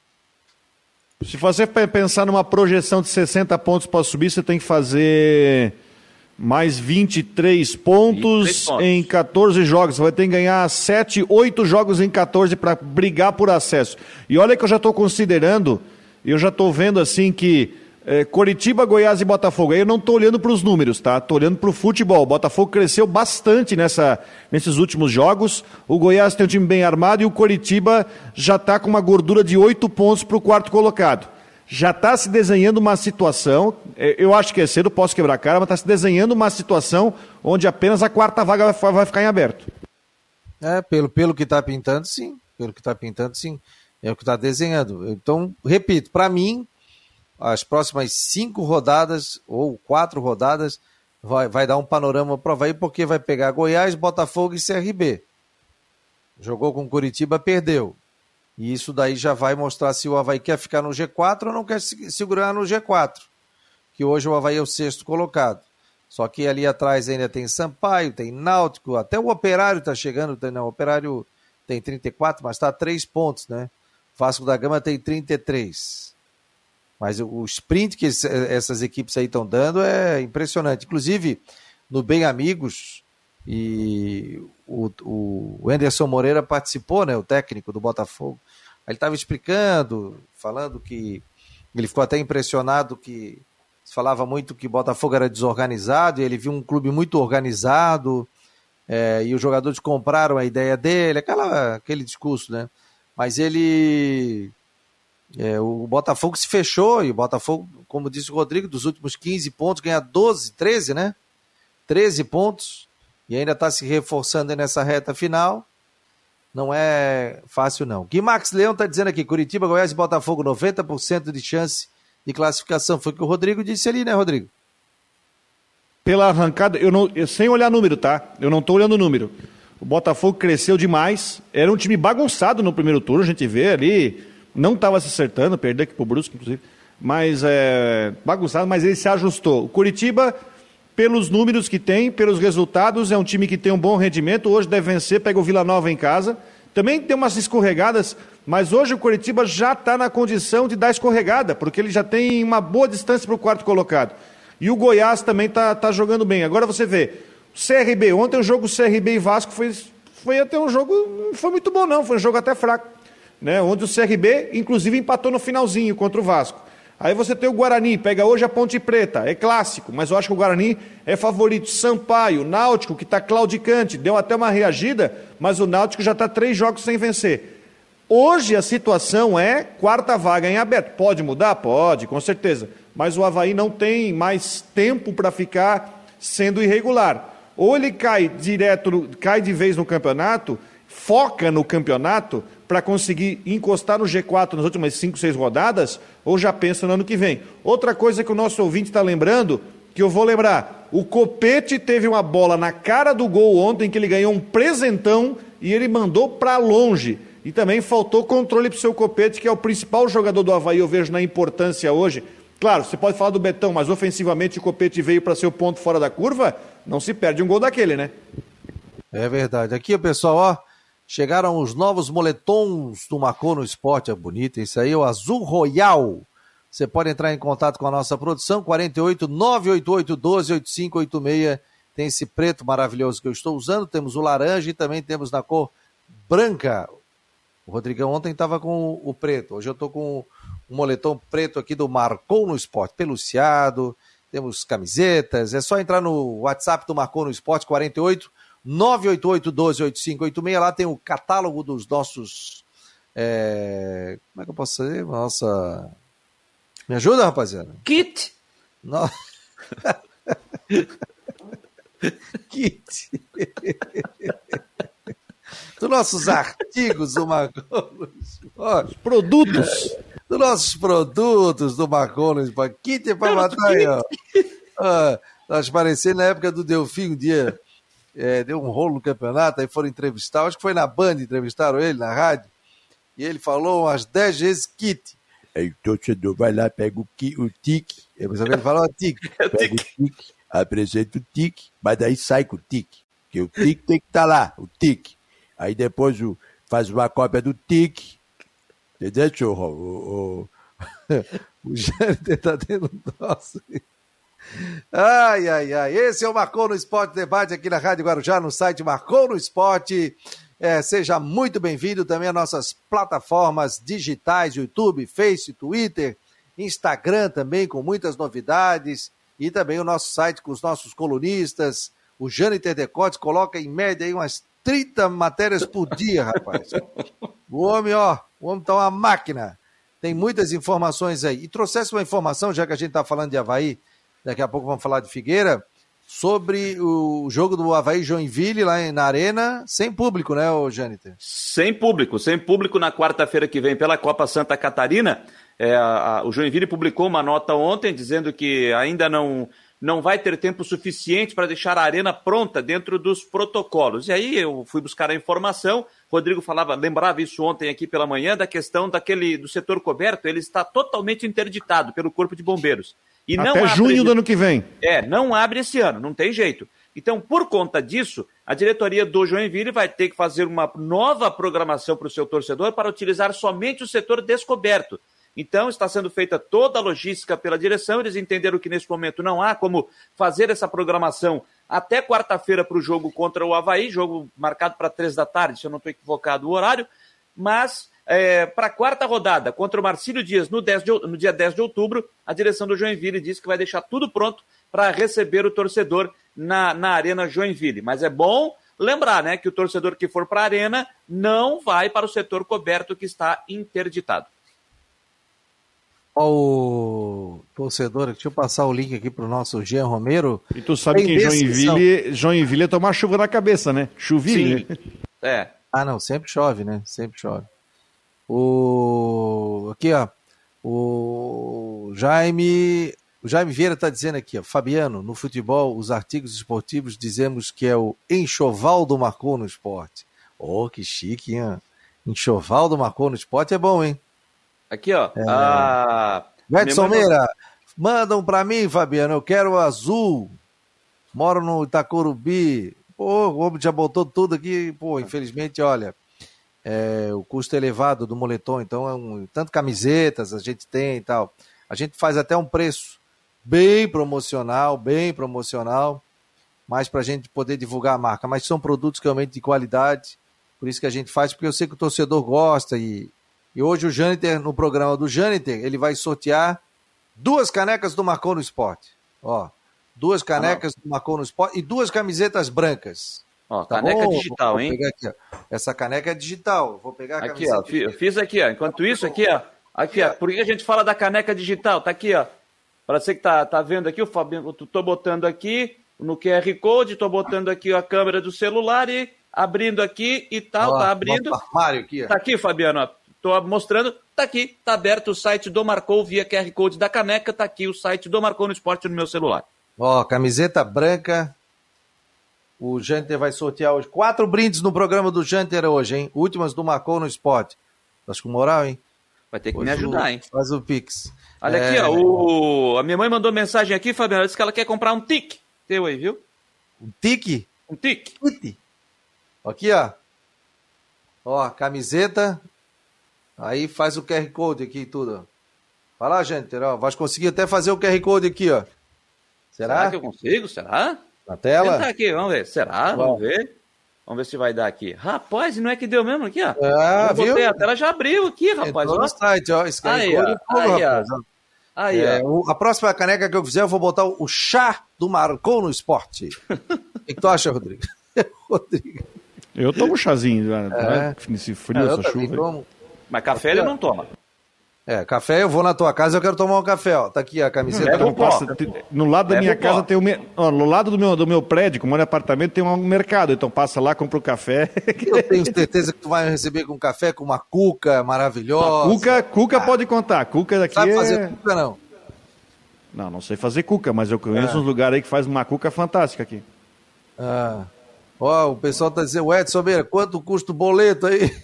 Se você pensar numa projeção de 60 pontos para subir, você tem que fazer mais 23 pontos em 14 jogos. Você vai ter que ganhar 7, 8 jogos em 14 para brigar por acesso. E olha que eu já estou considerando, eu já estou vendo assim que Coritiba, Goiás e Botafogo. Aí eu não estou olhando para os números, tá? Estou olhando para o futebol. O Botafogo cresceu bastante nesses últimos jogos. O Goiás tem um time bem armado e o Coritiba já está com uma gordura de 8 pontos para o 4º colocado. Já está se desenhando uma situação, eu acho que é cedo, posso quebrar a cara, mas está se desenhando uma situação onde apenas a 4ª vaga vai ficar em aberto. Pelo que está pintando, sim. Pelo que está pintando, sim. É o que está desenhando. Então, repito, para mim, as próximas 5 rodadas, ou 4 rodadas, vai dar um panorama para o Avaí, porque vai pegar Goiás, Botafogo e CRB. Jogou com Curitiba, perdeu. E isso daí já vai mostrar se o Avaí quer ficar no G4 ou não quer segurar no G4. Que hoje o Avaí é o 6º colocado. Só que ali atrás ainda tem Sampaio, tem Náutico, até o Operário está chegando. O Operário tem 34, mas está a 3 pontos, né? Vasco da Gama tem 33. Mas o sprint que essas equipes aí estão dando é impressionante. Inclusive, no Bem Amigos, e o Anderson Moreira participou, né, o técnico do Botafogo. Ele estava explicando, falando que ele ficou até impressionado que se falava muito que o Botafogo era desorganizado, e ele viu um clube muito organizado, e os jogadores compraram a ideia dele, aquele discurso, né? Mas o Botafogo se fechou, e o Botafogo, como disse o Rodrigo, dos últimos 15 pontos, ganha 13, né? 13 pontos, e ainda está se reforçando nessa reta final. Não é fácil, não. Guimax Leão está dizendo aqui, Curitiba, Goiás e Botafogo, 90% de chance de classificação. Foi o que o Rodrigo disse ali, né, Rodrigo? Pela arrancada, sem olhar número, tá? Eu não estou olhando o número. O Botafogo cresceu demais, era um time bagunçado no primeiro turno, a gente vê ali, não estava se acertando, perdeu aqui pro Brusque, inclusive, mas bagunçado, mas ele se ajustou. O Curitiba pelos números que tem, pelos resultados, é um time que tem um bom rendimento, hoje deve vencer, pega o Vila Nova em casa, também tem umas escorregadas, mas hoje o Coritiba já está na condição de dar escorregada, porque ele já tem uma boa distância para o quarto colocado. E o Goiás também está jogando bem. Agora você vê, o CRB, ontem o jogo CRB e Vasco foi até um jogo, não foi muito bom não, foi um jogo até fraco, né? Onde o CRB, inclusive, empatou no finalzinho contra o Vasco. Aí você tem o Guarani, pega hoje a Ponte Preta, é clássico, mas eu acho que o Guarani é favorito. Sampaio, Náutico, que está claudicante, deu até uma reagida, mas o Náutico já está 3 jogos sem vencer. Hoje a situação é quarta vaga em aberto. Pode mudar? Pode, com certeza. Mas o Avaí não tem mais tempo para ficar sendo irregular. Ou ele cai de vez no campeonato, foca no campeonato para conseguir encostar no G4 nas últimas 5, 6 rodadas, ou já pensa no ano que vem. Outra coisa que o nosso ouvinte está lembrando, que eu vou lembrar, o Copete teve uma bola na cara do gol ontem, que ele ganhou um presentão e ele mandou para longe. E também faltou controle para o seu Copete, que é o principal jogador do Avaí, eu vejo na importância hoje. Claro, você pode falar do Betão, mas ofensivamente o Copete veio para ser o ponto fora da curva, não se perde um gol daquele, né? É verdade. Aqui, pessoal, ó, chegaram os novos moletons do Marcou no Esporte, é bonito isso aí, o Azul Royal. Você pode entrar em contato com a nossa produção, 48 988 12 8586, tem esse preto maravilhoso que eu estou usando, temos o laranja e também temos na cor branca. O Rodrigão ontem estava com o preto, hoje eu estou com o moletom preto aqui do Marcou no Esporte, peluciado, temos camisetas, é só entrar no WhatsApp do Marcou no Esporte, 48 988 12 8586, lá tem o catálogo dos nossos, como é que eu posso dizer? Nossa, me ajuda, rapaziada? Kit! No... Kit! Dos nossos artigos do Marcou no Esporte. Produtos! Dos nossos produtos do Marcou no Esporte. Kit para matar aí, ó. Nós parecendo na época do Delfim, um dia... deu um rolo no campeonato, aí foram entrevistar, acho que foi na Band, entrevistaram ele na rádio, e ele falou umas 10 vezes kit. Aí o torcedor vai lá, pega o tique, ele falou tique, pega o tique, apresenta o tique, mas daí sai com o tique, porque o tique tem que estar lá, o tique. Aí depois faz uma cópia do tique, entendeu, senhor? O Jâniter tá tendo nosso... Ai, esse é o Marcou no Esporte Debate aqui na Rádio Guarujá, no site Marcou no Esporte. Seja muito bem-vindo também às nossas plataformas digitais, YouTube, Face, Twitter, Instagram também, com muitas novidades, e também o nosso site com os nossos colunistas. O Jâniter Decotes coloca em média aí umas 30 matérias por dia, rapaz. O homem tá uma máquina. Tem muitas informações aí. E trouxesse uma informação, já que a gente tá falando de Avaí, daqui a pouco vamos falar de Figueira, sobre o jogo do Avaí Joinville lá na Arena, sem público, né, Jâniter? Sem público na quarta-feira que vem pela Copa Santa Catarina. O Joinville publicou uma nota ontem dizendo que ainda não vai ter tempo suficiente para deixar a arena pronta dentro dos protocolos. E aí eu fui buscar a informação, Rodrigo lembrava isso ontem aqui pela manhã, da questão do setor coberto, ele está totalmente interditado pelo Corpo de Bombeiros. E até junho do ano que vem. Não abre esse ano, não tem jeito. Então, por conta disso, a diretoria do Joinville vai ter que fazer uma nova programação para o seu torcedor para utilizar somente o setor descoberto. Então, está sendo feita toda a logística pela direção, eles entenderam que nesse momento não há como fazer essa programação até quarta-feira para o jogo contra o Avaí, jogo marcado para 3 da tarde, se eu não estou equivocado o horário, mas... para a quarta rodada contra o Marcílio Dias no dia 10 de outubro, a direção do Joinville disse que vai deixar tudo pronto para receber o torcedor na Arena Joinville. Mas é bom lembrar, né, que o torcedor que for para a Arena não vai para o setor coberto que está interditado. O torcedor, deixa eu passar o link aqui para o nosso Jean Romero. E tu sabe que Joinville é tomar chuva na cabeça, né? Chuvinho. Sim. Não, sempre chove, né? Sempre chove. Aqui, ó, o Jaime Vieira está dizendo aqui, ó, Fabiano, no futebol, os artigos esportivos dizemos que é o enxoval do Marcou no Esporte. Que chique, hein? Enxoval do Marcou no Esporte é bom, hein? Aqui, ó. Edson Meira, mandam para mim, Fabiano, eu quero o azul. moro no Itacorubi. Pô, o homem já botou tudo aqui. Pô, infelizmente, olha, o custo elevado do moletom, então tanto camisetas a gente tem e tal. A gente faz até um preço bem promocional, mas para a gente poder divulgar a marca. Mas são produtos realmente de qualidade, por isso que a gente faz, porque eu sei que o torcedor gosta. E hoje o Jâniter, no programa do Jâniter, ele vai sortear 2 canecas do Marcou no Esporte. Ó, 2 canecas do Marcou no Esporte e 2 camisetas brancas. Ó, tá caneca bom? Digital, hein? Aqui, ó. Essa caneca é digital. Vou pegar a aqui, ó. Eu fiz aqui, ó. Enquanto isso, aqui, ó. Aqui, ó. Por que a gente fala da caneca digital? Tá aqui, ó. Para você que tá vendo aqui, o Fabiano, tô botando aqui no QR Code, tô botando aqui a câmera do celular e abrindo aqui e tal, ó, tá abrindo. Armário aqui, ó. Tá aqui, Fabiano, ó. Tô mostrando, tá aqui, tá aberto o site do Marcou via QR Code da caneca, tá aqui o site do Marcou no Esporte no meu celular. Ó, camiseta branca. O Jâniter vai sortear hoje 4 brindes no programa do Jâniter hoje, hein? Últimas do Marcou no Esporte. Tá com moral, hein? Vai ter que hoje me ajudar, hein? Faz o Pix. Olha aqui, ó, a minha mãe mandou mensagem aqui, Fabiano, ela disse que ela quer comprar um tique teu aí, viu? Um tique? Um tique. Aqui, ó. Ó, camiseta. Aí faz o QR Code aqui e tudo. Vai lá, gente. Ó, vai conseguir até fazer o QR Code aqui, ó. Será que eu consigo? Será? Na tela? Vou tentar aqui, vamos ver. Será? Vamos ver. Vamos ver se vai dar aqui. Rapaz, não é que deu mesmo aqui, ó. Viu? A tela já abriu aqui, rapaz. Entrou no site, ó. Esse QR aí, Code é fogo, rapaz. Aí, ó. A próxima caneca que eu fizer, eu vou botar o chá do Marcou no Esporte. O que tu acha, Rodrigo? Rodrigo. Eu tomo chazinho, nesse frio, essa chuva. Mas café ele não toma. Café, eu vou na tua casa, eu quero tomar um café, ó. Tá aqui a camiseta. No lado da minha casa tem no lado do meu prédio, como é apartamento, tem um mercado. Então passa lá, compra o café. Eu tenho certeza que tu vai receber com café, com uma cuca maravilhosa. Cuca pode contar. Cuca daqui sabe fazer cuca, não? Não sei fazer cuca, mas eu conheço uns lugares aí que faz uma cuca fantástica aqui. Ó, o pessoal tá dizendo, Edson Meira, quanto custa o boleto aí?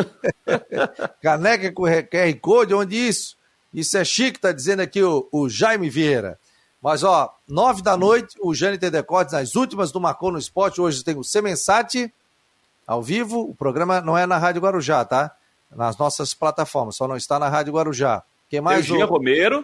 Caneca com QR Code, onde isso? Isso é chique, tá dizendo aqui o Jaime Vieira. Mas, ó, 9 da noite, o Jâniter Decortes, nas últimas do Marcou no Esporte. Hoje tem o Semensati ao vivo. O programa não é na Rádio Guarujá, tá? Nas nossas plataformas, só não está na Rádio Guarujá. Quem mais? Tem o Jean Romero.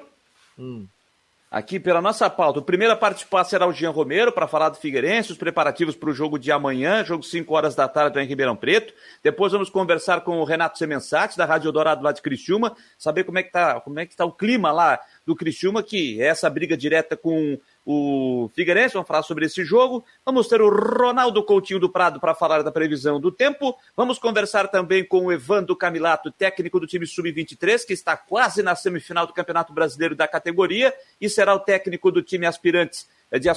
Aqui pela nossa pauta, o primeiro a participar será o Jean Romero para falar do Figueirense, os preparativos para o jogo de amanhã, jogo 5 horas da tarde em Ribeirão Preto. Depois vamos conversar com o Renato Semensati, da Rádio Eldorado lá de Criciúma, saber como é que tá o clima lá do Criciúma, que é essa briga direta com o Figueirense. Vamos falar sobre esse jogo. Vamos ter o Ronaldo Coutinho do Prado para falar da previsão do tempo. Vamos conversar também com o Evandro Camilato, técnico do time Sub-23, que está quase na semifinal do Campeonato Brasileiro da categoria e será o técnico do time aspirantes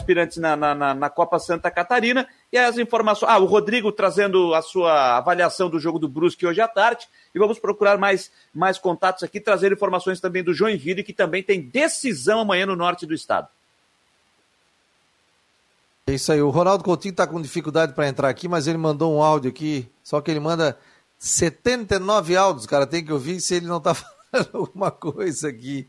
na Copa Santa Catarina. E as informações... o Rodrigo trazendo a sua avaliação do jogo do Brusque hoje à tarde. E vamos procurar mais contatos aqui, trazer informações também do Joinville, que também tem decisão amanhã no norte do estado. É isso aí, o Ronaldo Coutinho está com dificuldade para entrar aqui, mas ele mandou um áudio aqui, só que ele manda 79 áudios, cara, tem que ouvir se ele não está falando alguma coisa aqui.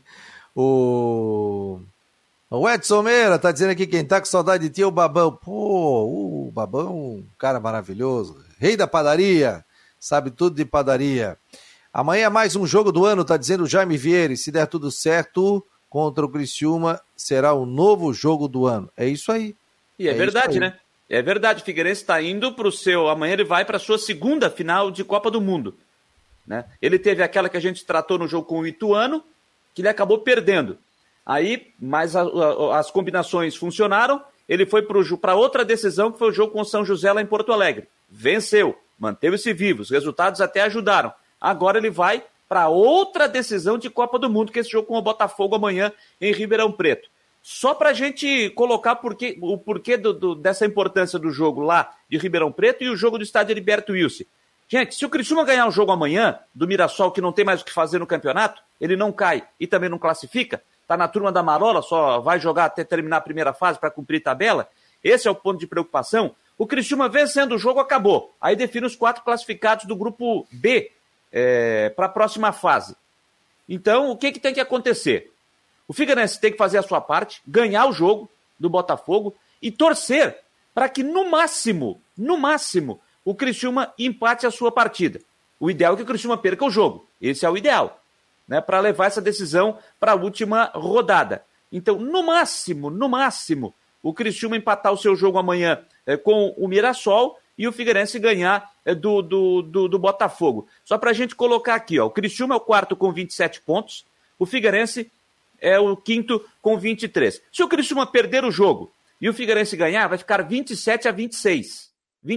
O Edson Meira está dizendo aqui, quem está com saudade de ti é o Babão. Pô, o Babão, um cara maravilhoso, rei da padaria, sabe tudo de padaria. Amanhã é mais um jogo do ano, está dizendo o Jaime Vieira, e se der tudo certo, contra o Criciúma, será o novo jogo do ano. É isso aí. E é verdade, né? É verdade, o Figueirense está indo para o seu... Amanhã ele vai para a sua segunda final de Copa do Mundo. Né? Ele teve aquela que a gente tratou no jogo com o Ituano, que ele acabou perdendo. Aí, mas as combinações funcionaram, ele foi para outra decisão, que foi o jogo com o São José lá em Porto Alegre. Venceu, manteve-se vivo, os resultados até ajudaram. Agora ele vai para outra decisão de Copa do Mundo, que é esse jogo com o Botafogo amanhã em Ribeirão Preto. Só para a gente colocar o porquê dessa importância do jogo lá de Ribeirão Preto e o jogo do estádio Heriberto Wilson. Gente, se o Criciúma ganhar o jogo amanhã, do Mirassol, que não tem mais o que fazer no campeonato, ele não cai e também não classifica, está na turma da Marola, só vai jogar até terminar a primeira fase para cumprir tabela, esse é o ponto de preocupação. O Criciúma vencendo o jogo, acabou. Aí define os 4 classificados do grupo B para a próxima fase. Então, o que tem que acontecer? O Figueirense tem que fazer a sua parte, ganhar o jogo do Botafogo e torcer para que, no máximo, o Criciúma empate a sua partida. O ideal é que o Criciúma perca o jogo. Esse é o ideal, né, para levar essa decisão para a última rodada. Então, no máximo, o Criciúma empatar o seu jogo amanhã com o Mirassol e o Figueirense ganhar do Botafogo. Só para a gente colocar aqui, ó, o Criciúma é o quarto com 27 pontos, o Figueirense é o quinto com 23. Se o Criciúma perder o jogo e o Figueirense ganhar, vai ficar 27-26.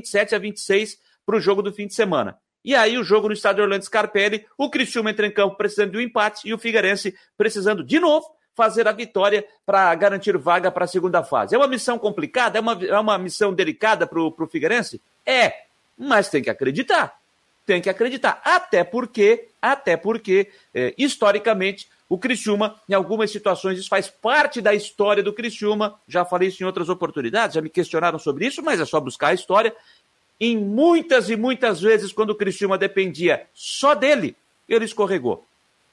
27-26 para o jogo do fim de semana. E aí o jogo no estádio Orlando Scarpelli, o Criciúma entra em campo precisando de um empate e o Figueirense precisando de novo fazer a vitória para garantir vaga para a segunda fase. É uma missão complicada? É uma missão delicada para o Figueirense? É, mas tem que acreditar. Tem que acreditar. Até porque historicamente, o Criciúma, em algumas situações, isso faz parte da história do Criciúma. Já falei isso em outras oportunidades, já me questionaram sobre isso, mas é só buscar a história. Em muitas e muitas vezes, quando o Criciúma dependia só dele, ele escorregou.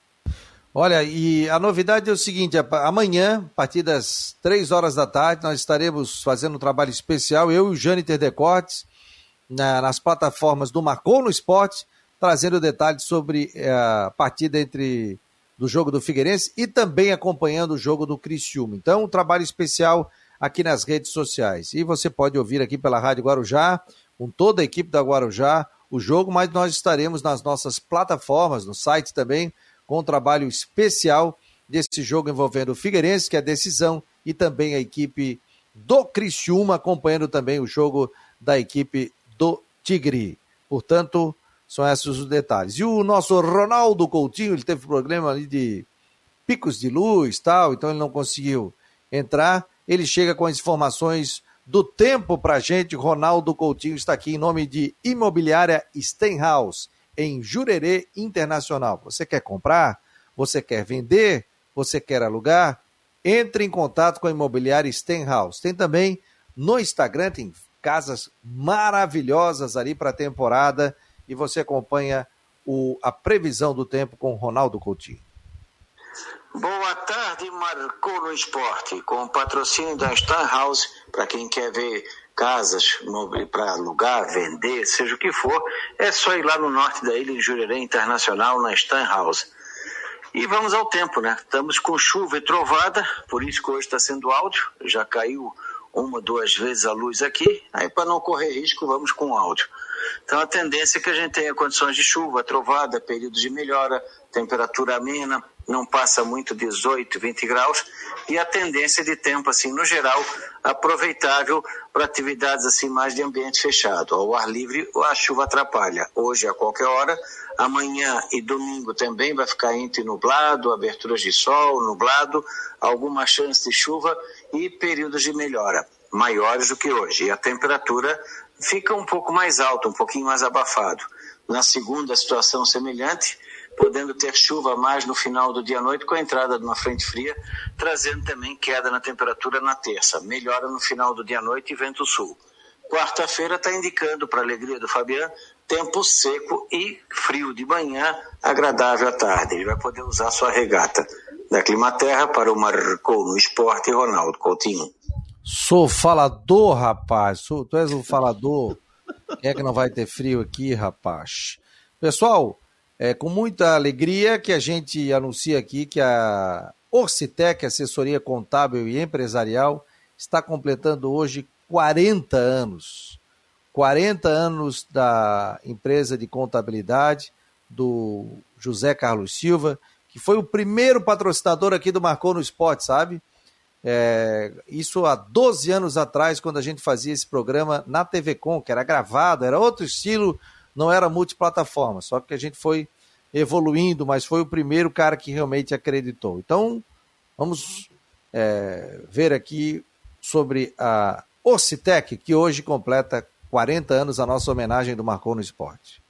Olha, e a novidade é o seguinte, amanhã, a partir das 3 horas da tarde, nós estaremos fazendo um trabalho especial, eu e o Jâniter Decortes, nas plataformas do Marcou no Esporte, trazendo detalhes sobre a partida do jogo do Figueirense e também acompanhando o jogo do Criciúma. Então, um trabalho especial aqui nas redes sociais. E você pode ouvir aqui pela Rádio Guarujá, com toda a equipe da Guarujá, o jogo, mas nós estaremos nas nossas plataformas, no site também, com um trabalho especial desse jogo envolvendo o Figueirense, que é a decisão, e também a equipe do Criciúma, acompanhando também o jogo da equipe do Tigre. Portanto, são esses os detalhes. E o nosso Ronaldo Coutinho, ele teve problema ali de picos de luz e tal, então ele não conseguiu entrar. Ele chega com as informações do tempo pra gente. Ronaldo Coutinho está aqui em nome de Imobiliária Stenhouse, em Jurerê Internacional. Você quer comprar? Você quer vender? Você quer alugar? Entre em contato com a Imobiliária Stenhouse. Tem também no Instagram, tem casas maravilhosas ali para a temporada e você acompanha a previsão do tempo com o Ronaldo Coutinho. Boa tarde, Marcou no Esporte, com o patrocínio da Stenhouse, para quem quer ver casas para alugar, vender, seja o que for, é só ir lá no norte da ilha, em Jurerê Internacional, na Stenhouse. E vamos ao tempo, né? Estamos com chuva e trovada, por isso que hoje está sendo áudio, já caiu 1, 2 vezes a luz aqui, aí para não correr risco vamos com áudio. Então a tendência é que a gente tenha condições de chuva, trovada, períodos de melhora, temperatura amena, não passa muito 18, 20 graus, e a tendência de tempo, assim, no geral, aproveitável para atividades assim mais de ambiente fechado. Ao ar livre, a chuva atrapalha. Hoje, a qualquer hora, amanhã e domingo também vai ficar entre nublado, aberturas de sol, nublado, alguma chance de chuva e períodos de melhora maiores do que hoje. E a temperatura fica um pouco mais alta, um pouquinho mais abafado. Na segunda, situação semelhante, podendo ter chuva mais no final do dia à noite com a entrada de uma frente fria, trazendo também queda na temperatura na terça. Melhora no final do dia à noite e vento sul. Quarta-feira está indicando, para a alegria do Fabiano, tempo seco e frio de manhã, agradável à tarde. Ele vai poder usar sua regata. Da Climaterra para o Marcou no Esporte, Ronaldo Coutinho. Sou falador, rapaz. Tu és um falador. Quem é que não vai ter frio aqui, rapaz? Pessoal, é com muita alegria que a gente anuncia aqui que a Orcitec, Assessoria Contábil e Empresarial, está completando hoje 40 anos. 40 anos da empresa de contabilidade do José Carlos Silva, que foi o primeiro patrocinador aqui do Marcou no Esporte, sabe? Isso há 12 anos atrás, quando a gente fazia esse programa na TV Com, que era gravado, era outro estilo, não era multiplataforma, só que a gente foi evoluindo, mas foi o primeiro cara que realmente acreditou. Então, vamos ver aqui sobre a Orcitec, que hoje completa 40 anos, a nossa homenagem do Marcou no Esporte.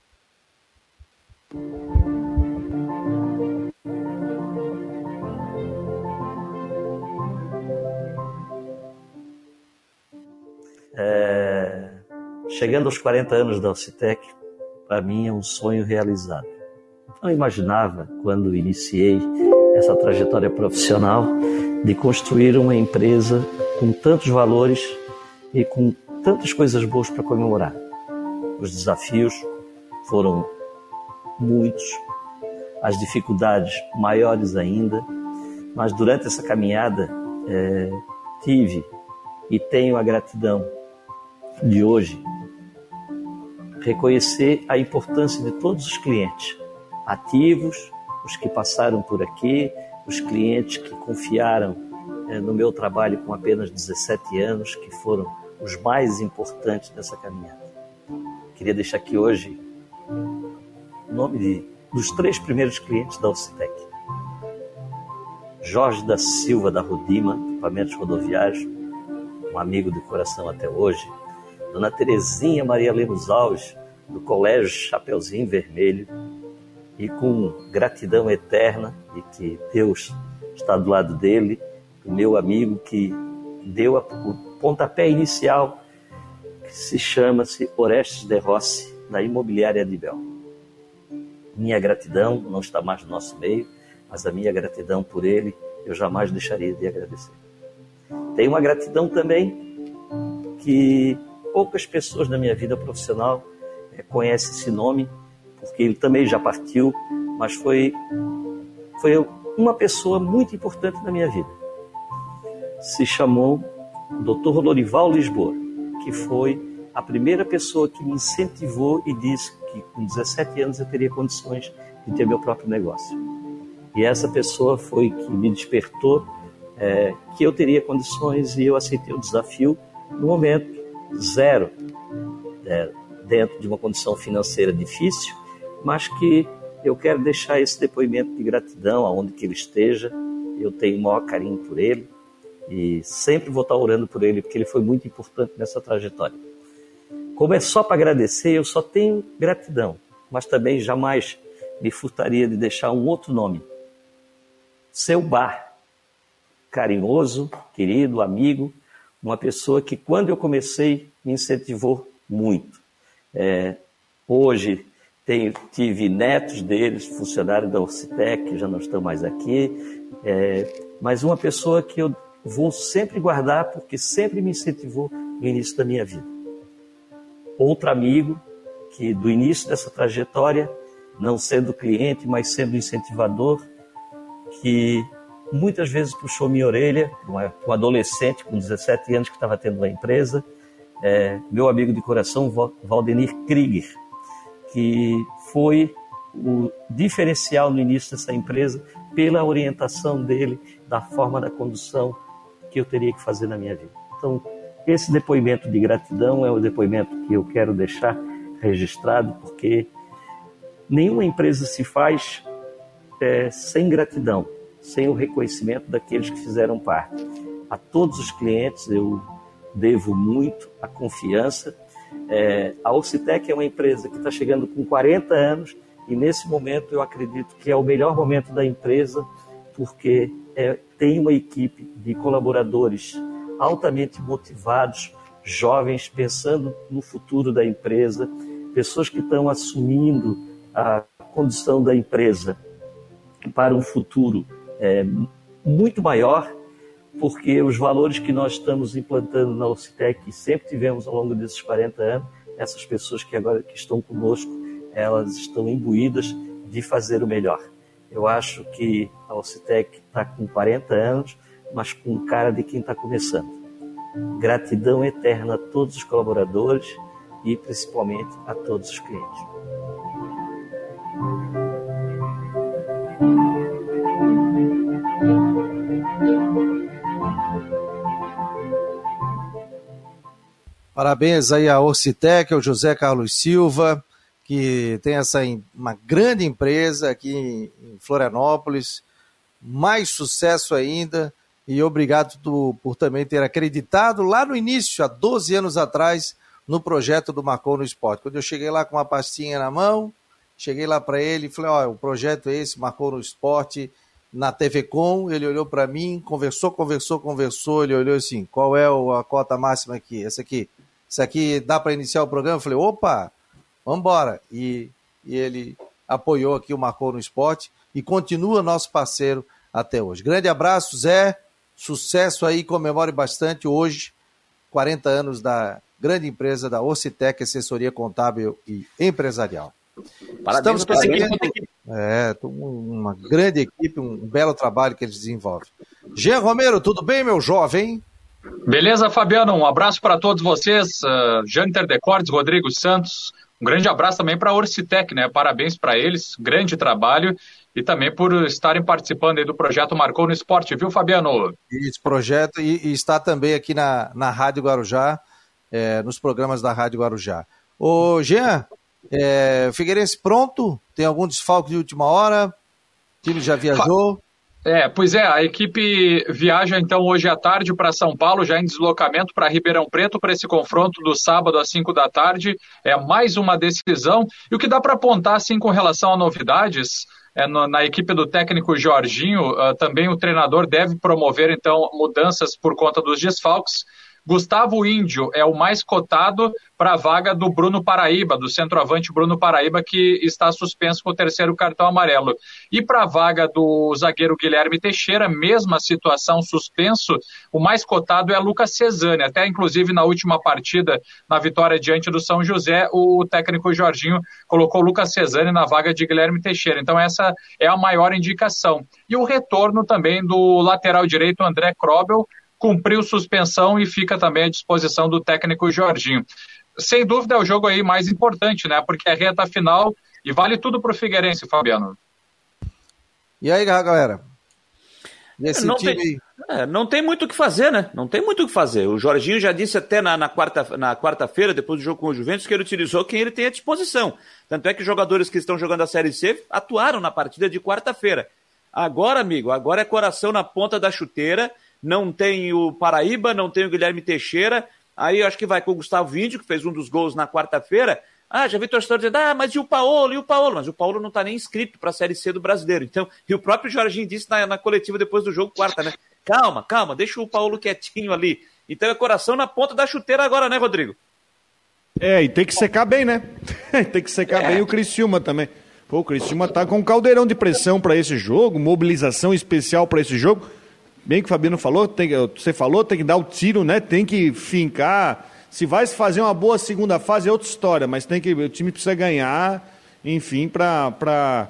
Chegando aos 40 anos da Orcitec, para mim é um sonho realizado. Não imaginava, quando iniciei essa trajetória profissional, de construir uma empresa com tantos valores e com tantas coisas boas para comemorar. Os desafios foram muitos, as dificuldades maiores ainda, mas durante essa caminhada tive e tenho a gratidão de hoje reconhecer a importância de todos os clientes ativos, os que passaram por aqui, os clientes que confiaram no meu trabalho com apenas 17 anos, que foram os mais importantes dessa caminhada. Queria deixar aqui hoje o nome dos 3 primeiros clientes da Ocitec. Jorge da Silva, da Rodima, Equipamentos Rodoviários, um amigo do coração até hoje. Dona Terezinha Maria Lemos Alves, do Colégio Chapeuzinho Vermelho, e com gratidão eterna, e que Deus está do lado dele, o meu amigo que deu o pontapé inicial, que chama-se Orestes de Rossi, da Imobiliária Adibel. Minha gratidão não está mais no nosso meio, mas a minha gratidão por ele eu jamais deixaria de agradecer. Tenho uma gratidão também que poucas pessoas na minha vida profissional conhecem esse nome, porque ele também já partiu, mas foi uma pessoa muito importante na minha vida. Se chamou Dr. Lorival Lisboa, que foi a primeira pessoa que me incentivou e disse que com 17 anos eu teria condições de ter meu próprio negócio. E essa pessoa foi que me despertou que eu teria condições, e eu aceitei o desafio no momento zero, dentro de uma condição financeira difícil, mas que eu quero deixar esse depoimento de gratidão aonde que ele esteja. Eu tenho o maior carinho por ele e sempre vou estar orando por ele, porque ele foi muito importante nessa trajetória. Como é só para agradecer, eu só tenho gratidão, mas também jamais me furtaria de deixar um outro nome. Seu Bar, carinhoso, querido, amigo, uma pessoa que quando eu comecei me incentivou muito. Hoje tive netos deles, funcionários da Ocitec, que já não estão mais aqui, mas uma pessoa que eu vou sempre guardar, porque sempre me incentivou no início da minha vida. Outro amigo que do início dessa trajetória, não sendo cliente, mas sendo incentivador, que muitas vezes puxou minha orelha, um adolescente com 17 anos que estava tendo uma empresa, meu amigo de coração, Valdenir Krieger, que foi o diferencial no início dessa empresa pela orientação dele, da forma da condução que eu teria que fazer na minha vida. Então, esse depoimento de gratidão é o depoimento que eu quero deixar registrado, porque nenhuma empresa se faz sem gratidão, sem o reconhecimento daqueles que fizeram parte. A todos os clientes eu devo muito a confiança. A Ocitec é uma empresa que está chegando com 40 anos e nesse momento eu acredito que é o melhor momento da empresa, porque tem uma equipe de colaboradores altamente motivados, jovens, pensando no futuro da empresa, pessoas que estão assumindo a condição da empresa para um futuro muito maior, porque os valores que nós estamos implantando na Ocitec, que sempre tivemos ao longo desses 40 anos, essas pessoas que agora que estão conosco, elas estão imbuídas de fazer o melhor. Eu acho que a Ocitec está com 40 anos, mas com cara de quem está começando. Gratidão eterna a todos os colaboradores e principalmente a todos os clientes. Parabéns aí à Ocitec, ao José Carlos Silva, que tem uma grande empresa aqui em Florianópolis. Mais sucesso ainda, e obrigado por também ter acreditado lá no início, há 12 anos atrás, no projeto do Marcou no Esporte. Quando eu cheguei lá com uma pastinha na mão, cheguei lá para ele e falei, o projeto é esse, Marcou no Esporte, na TV Com, ele olhou para mim, conversou, ele olhou assim, qual é a cota máxima aqui? Essa aqui dá para iniciar o programa? Eu falei, opa, vamos embora. E ele apoiou aqui o Marcou no Esporte e continua nosso parceiro até hoje. Grande abraço, Zé, sucesso aí, comemore bastante hoje, 40 anos da grande empresa da Orcitec, assessoria contábil e empresarial. Parabéns. Estamos conseguindo uma grande equipe, um belo trabalho que eles desenvolvem. Jean Romero, tudo bem, meu jovem? Beleza, Fabiano, um abraço para todos vocês, Jâniter Decordes, Rodrigo Santos, um grande abraço também para a Orcitec, né? Parabéns para eles, grande trabalho, e também por estarem participando aí do projeto Marcou no Esporte, viu, Fabiano? Esse projeto, e está também aqui na Rádio Guarujá, nos programas da Rádio Guarujá. Ô, Jean, Figueirense pronto? Tem algum desfalque de última hora? O time já viajou? Pois é, a equipe viaja então hoje à tarde para São Paulo, já em deslocamento para Ribeirão Preto, para esse confronto do sábado às 5 da tarde. É mais uma decisão. E o que dá para apontar assim com relação a novidades, na equipe do técnico Jorginho, também o treinador deve promover então mudanças por conta dos desfalques. Gustavo Índio é o mais cotado para a vaga do Bruno Paraíba, do centroavante Bruno Paraíba, que está suspenso com o 3º cartão amarelo. E para a vaga do zagueiro Guilherme Teixeira, mesma situação, suspenso, o mais cotado é Lucas Cesani. Até, inclusive, na última partida, na vitória diante do São José, o técnico Jorginho colocou Lucas Cesani na vaga de Guilherme Teixeira. Então, essa é a maior indicação. E o retorno também do lateral direito André Krobel, cumpriu suspensão e fica também à disposição do técnico Jorginho. Sem dúvida é o jogo aí mais importante, né? Porque é reta final e vale tudo pro Figueirense, Fabiano. E aí, galera? Não tem muito o que fazer, né? Não tem muito o que fazer. O Jorginho já disse até na quarta-feira, depois do jogo com o Juventus, que ele utilizou quem ele tem à disposição. Tanto é que os jogadores que estão jogando a Série C atuaram na partida de quarta-feira. Agora, amigo, é coração na ponta da chuteira. Não tem o Paraíba, não tem o Guilherme Teixeira, aí eu acho que vai com o Gustavo Índio, que fez um dos gols na quarta-feira. Já vi torcedor dizendo, mas e o Paulo? Mas o Paulo não está nem inscrito para a Série C do Brasileiro. Então, e o próprio Jorginho disse na coletiva depois do jogo quarta, né? Calma, deixa o Paulo quietinho ali. Então é coração na ponta da chuteira agora, né, Rodrigo? E tem que secar bem, né? Tem que secar bem o Criciúma também. Pô, o Criciúma tá com um caldeirão de pressão para esse jogo, mobilização especial para esse jogo. Bem que o Fabiano falou, você falou, tem que dar o tiro, né? Tem que fincar. Se vai se fazer uma boa segunda fase é outra história, mas o time precisa ganhar, enfim, para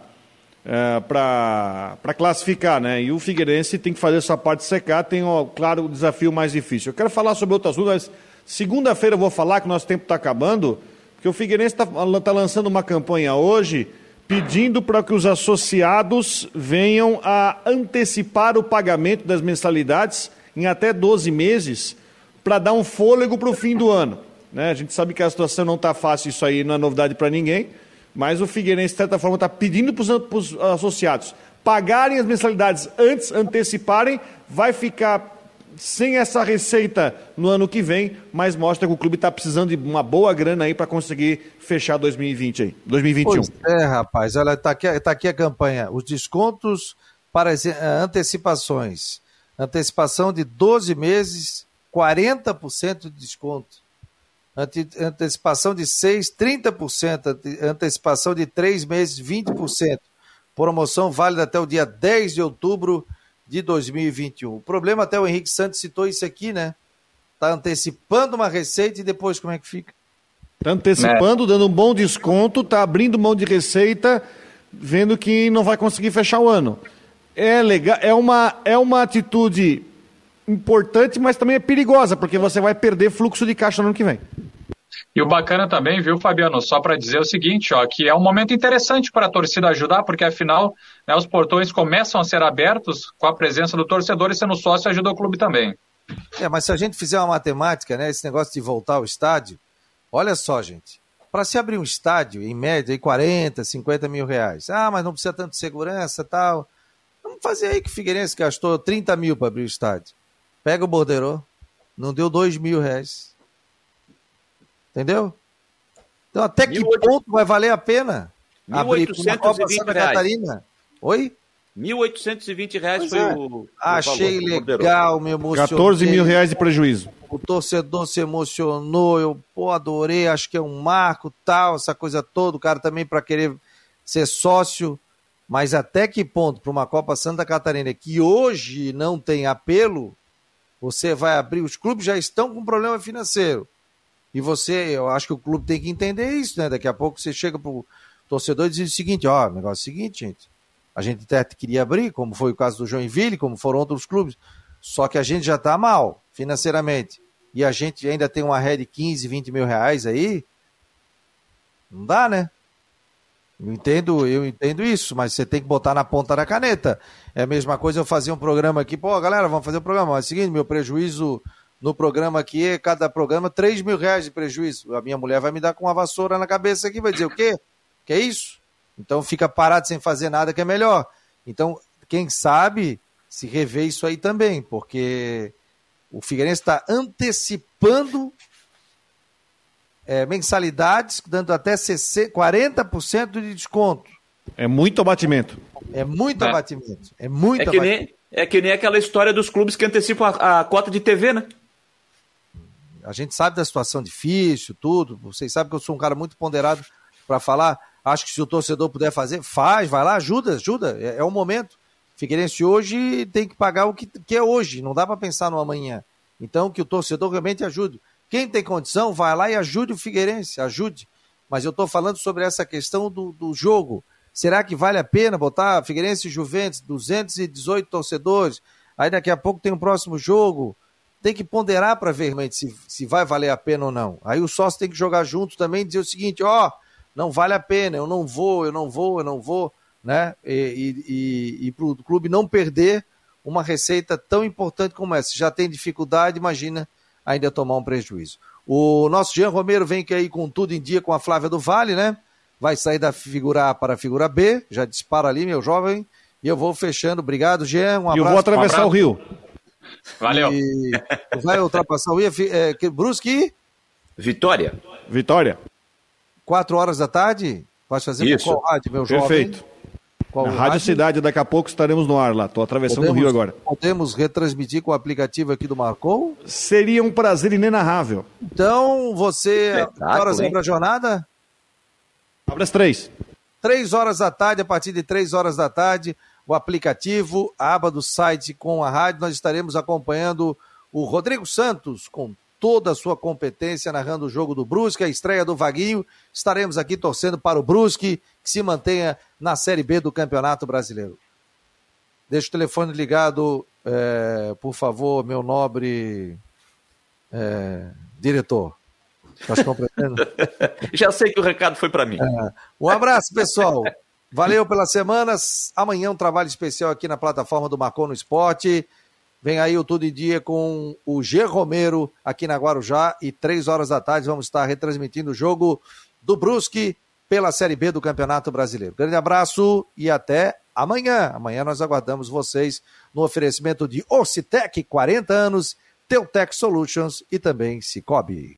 classificar, né? E o Figueirense tem que fazer essa parte secar, tem, claro, o desafio mais difícil. Eu quero falar sobre outro assunto, mas segunda-feira eu vou falar que o nosso tempo está acabando, porque o Figueirense está lançando uma campanha hoje pedindo para que os associados venham a antecipar o pagamento das mensalidades em até 12 meses para dar um fôlego para o fim do ano. Né? A gente sabe que a situação não está fácil, isso aí não é novidade para ninguém, mas o Figueirense, de certa forma, está pedindo para os associados pagarem as mensalidades antes, anteciparem, vai ficar sem essa receita no ano que vem, mas mostra que o clube está precisando de uma boa grana aí para conseguir fechar 2021. Pois rapaz, olha, tá aqui a campanha. Os descontos para as antecipações. Antecipação de 12 meses, 40% de desconto. Antecipação de 6, 30%. Antecipação de 3 meses, 20%. Promoção válida até o dia 10 de outubro de 2021. O problema, até o Henrique Santos citou isso aqui, né? Tá antecipando uma receita e depois como é que fica? Tá antecipando, dando um bom desconto, tá abrindo mão de receita, vendo que não vai conseguir fechar o ano. É legal, é uma atitude importante, mas também é perigosa, porque você vai perder fluxo de caixa no ano que vem. E o bacana também, viu, Fabiano, só para dizer o seguinte, que é um momento interessante para a torcida ajudar, porque afinal, né, os portões começam a ser abertos com a presença do torcedor e sendo sócio ajuda o clube também. Mas se a gente fizer uma matemática, né, esse negócio de voltar ao estádio, olha só, gente, para se abrir um estádio, em média, aí 40, 50 mil reais. Mas não precisa tanto de segurança e tal. Vamos fazer aí que o Figueirense gastou 30 mil para abrir o estádio. Pega o borderô, não deu 2 mil reais. Entendeu? Então, até que ponto vai valer a pena abrir uma Copa Santa Catarina? Oi? R$1.820 foi o Achei legal, me emocionei. 14 mil reais de prejuízo. O torcedor se emocionou, eu adorei, acho que é um marco, tal, essa coisa toda, o cara também para querer ser sócio, mas até que ponto para uma Copa Santa Catarina que hoje não tem apelo, Você vai abrir, os clubes já estão com problema financeiro. E eu acho que o clube tem que entender isso, né? Daqui a pouco você chega pro torcedor e diz o seguinte, o negócio é o seguinte, gente, a gente até queria abrir, como foi o caso do Joinville, como foram outros clubes, só que a gente já está mal financeiramente, e a gente ainda tem uma ré de 15, 20 mil reais aí, não dá, né? Eu entendo isso, mas você tem que botar na ponta da caneta. É a mesma coisa eu fazer um programa aqui, galera, vamos fazer um programa, mas é o seguinte, meu prejuízo no programa aqui, cada programa, 3 mil reais de prejuízo. A minha mulher vai me dar com uma vassoura na cabeça aqui, vai dizer o quê? Que é isso? Então fica parado sem fazer nada que é melhor. Então, quem sabe se rever isso aí também, porque o Figueirense está antecipando mensalidades, dando até 40% de desconto. É muito abatimento. É muito abatimento. É muito abatimento. É que nem aquela história dos clubes que antecipam a cota de TV, né? A gente sabe da situação difícil, tudo. Vocês sabem que eu sou um cara muito ponderado para falar. Acho que se o torcedor puder fazer, vai lá, ajuda. É o momento. Figueirense hoje tem que pagar o que é hoje. Não dá para pensar no amanhã. Então, que o torcedor realmente ajude. Quem tem condição, vai lá e ajude o Figueirense, ajude. Mas eu estou falando sobre essa questão do jogo. Será que vale a pena botar Figueirense e Juventus, 218 torcedores, aí daqui a pouco tem um próximo jogo? Tem que ponderar para ver realmente se vai valer a pena ou não. Aí o sócio tem que jogar junto também e dizer o seguinte, não vale a pena, eu não vou, né? E para o clube não perder uma receita tão importante como essa. Se já tem dificuldade, imagina ainda tomar um prejuízo. O nosso Jean Romero vem aí com tudo em dia com a Flávia do Vale, né? Vai sair da figura A para a figura B, já dispara ali, meu jovem, e eu vou fechando. Obrigado, Jean, um abraço. E eu vou atravessar o rio. Valeu. Vai ultrapassar o rio, Brusque? Vitória. 4 horas da tarde? Vai fazer com qual rádio, meu jovem? Perfeito. Na Rádio Cidade, daqui a pouco estaremos no ar lá. Estou atravessando o rio agora. Podemos retransmitir com o aplicativo aqui do Marcou? Seria um prazer inenarrável. Então, você... Que horas vem para a jornada? Abre às 3. 3 horas da tarde, a partir de 3 horas da tarde, o aplicativo, a aba do site com a rádio, nós estaremos acompanhando o Rodrigo Santos com toda a sua competência, narrando o jogo do Brusque, a estreia do Vaguinho. Estaremos aqui torcendo para o Brusque, que se mantenha na Série B do Campeonato Brasileiro. Deixa o telefone ligado, por favor, meu nobre diretor. Nós compreendendo? Já sei que o recado foi para mim. Um abraço, pessoal. Valeu pelas semanas. Amanhã um trabalho especial aqui na plataforma do Marcou no Esporte. Vem aí o Tudo em Dia com o G. Romero aqui na Guarujá e 3 horas da tarde vamos estar retransmitindo o jogo do Brusque pela Série B do Campeonato Brasileiro. Grande abraço e até amanhã. Amanhã nós aguardamos vocês no oferecimento de Orcitec, 40 anos, Teutec Solutions e também Cicobi.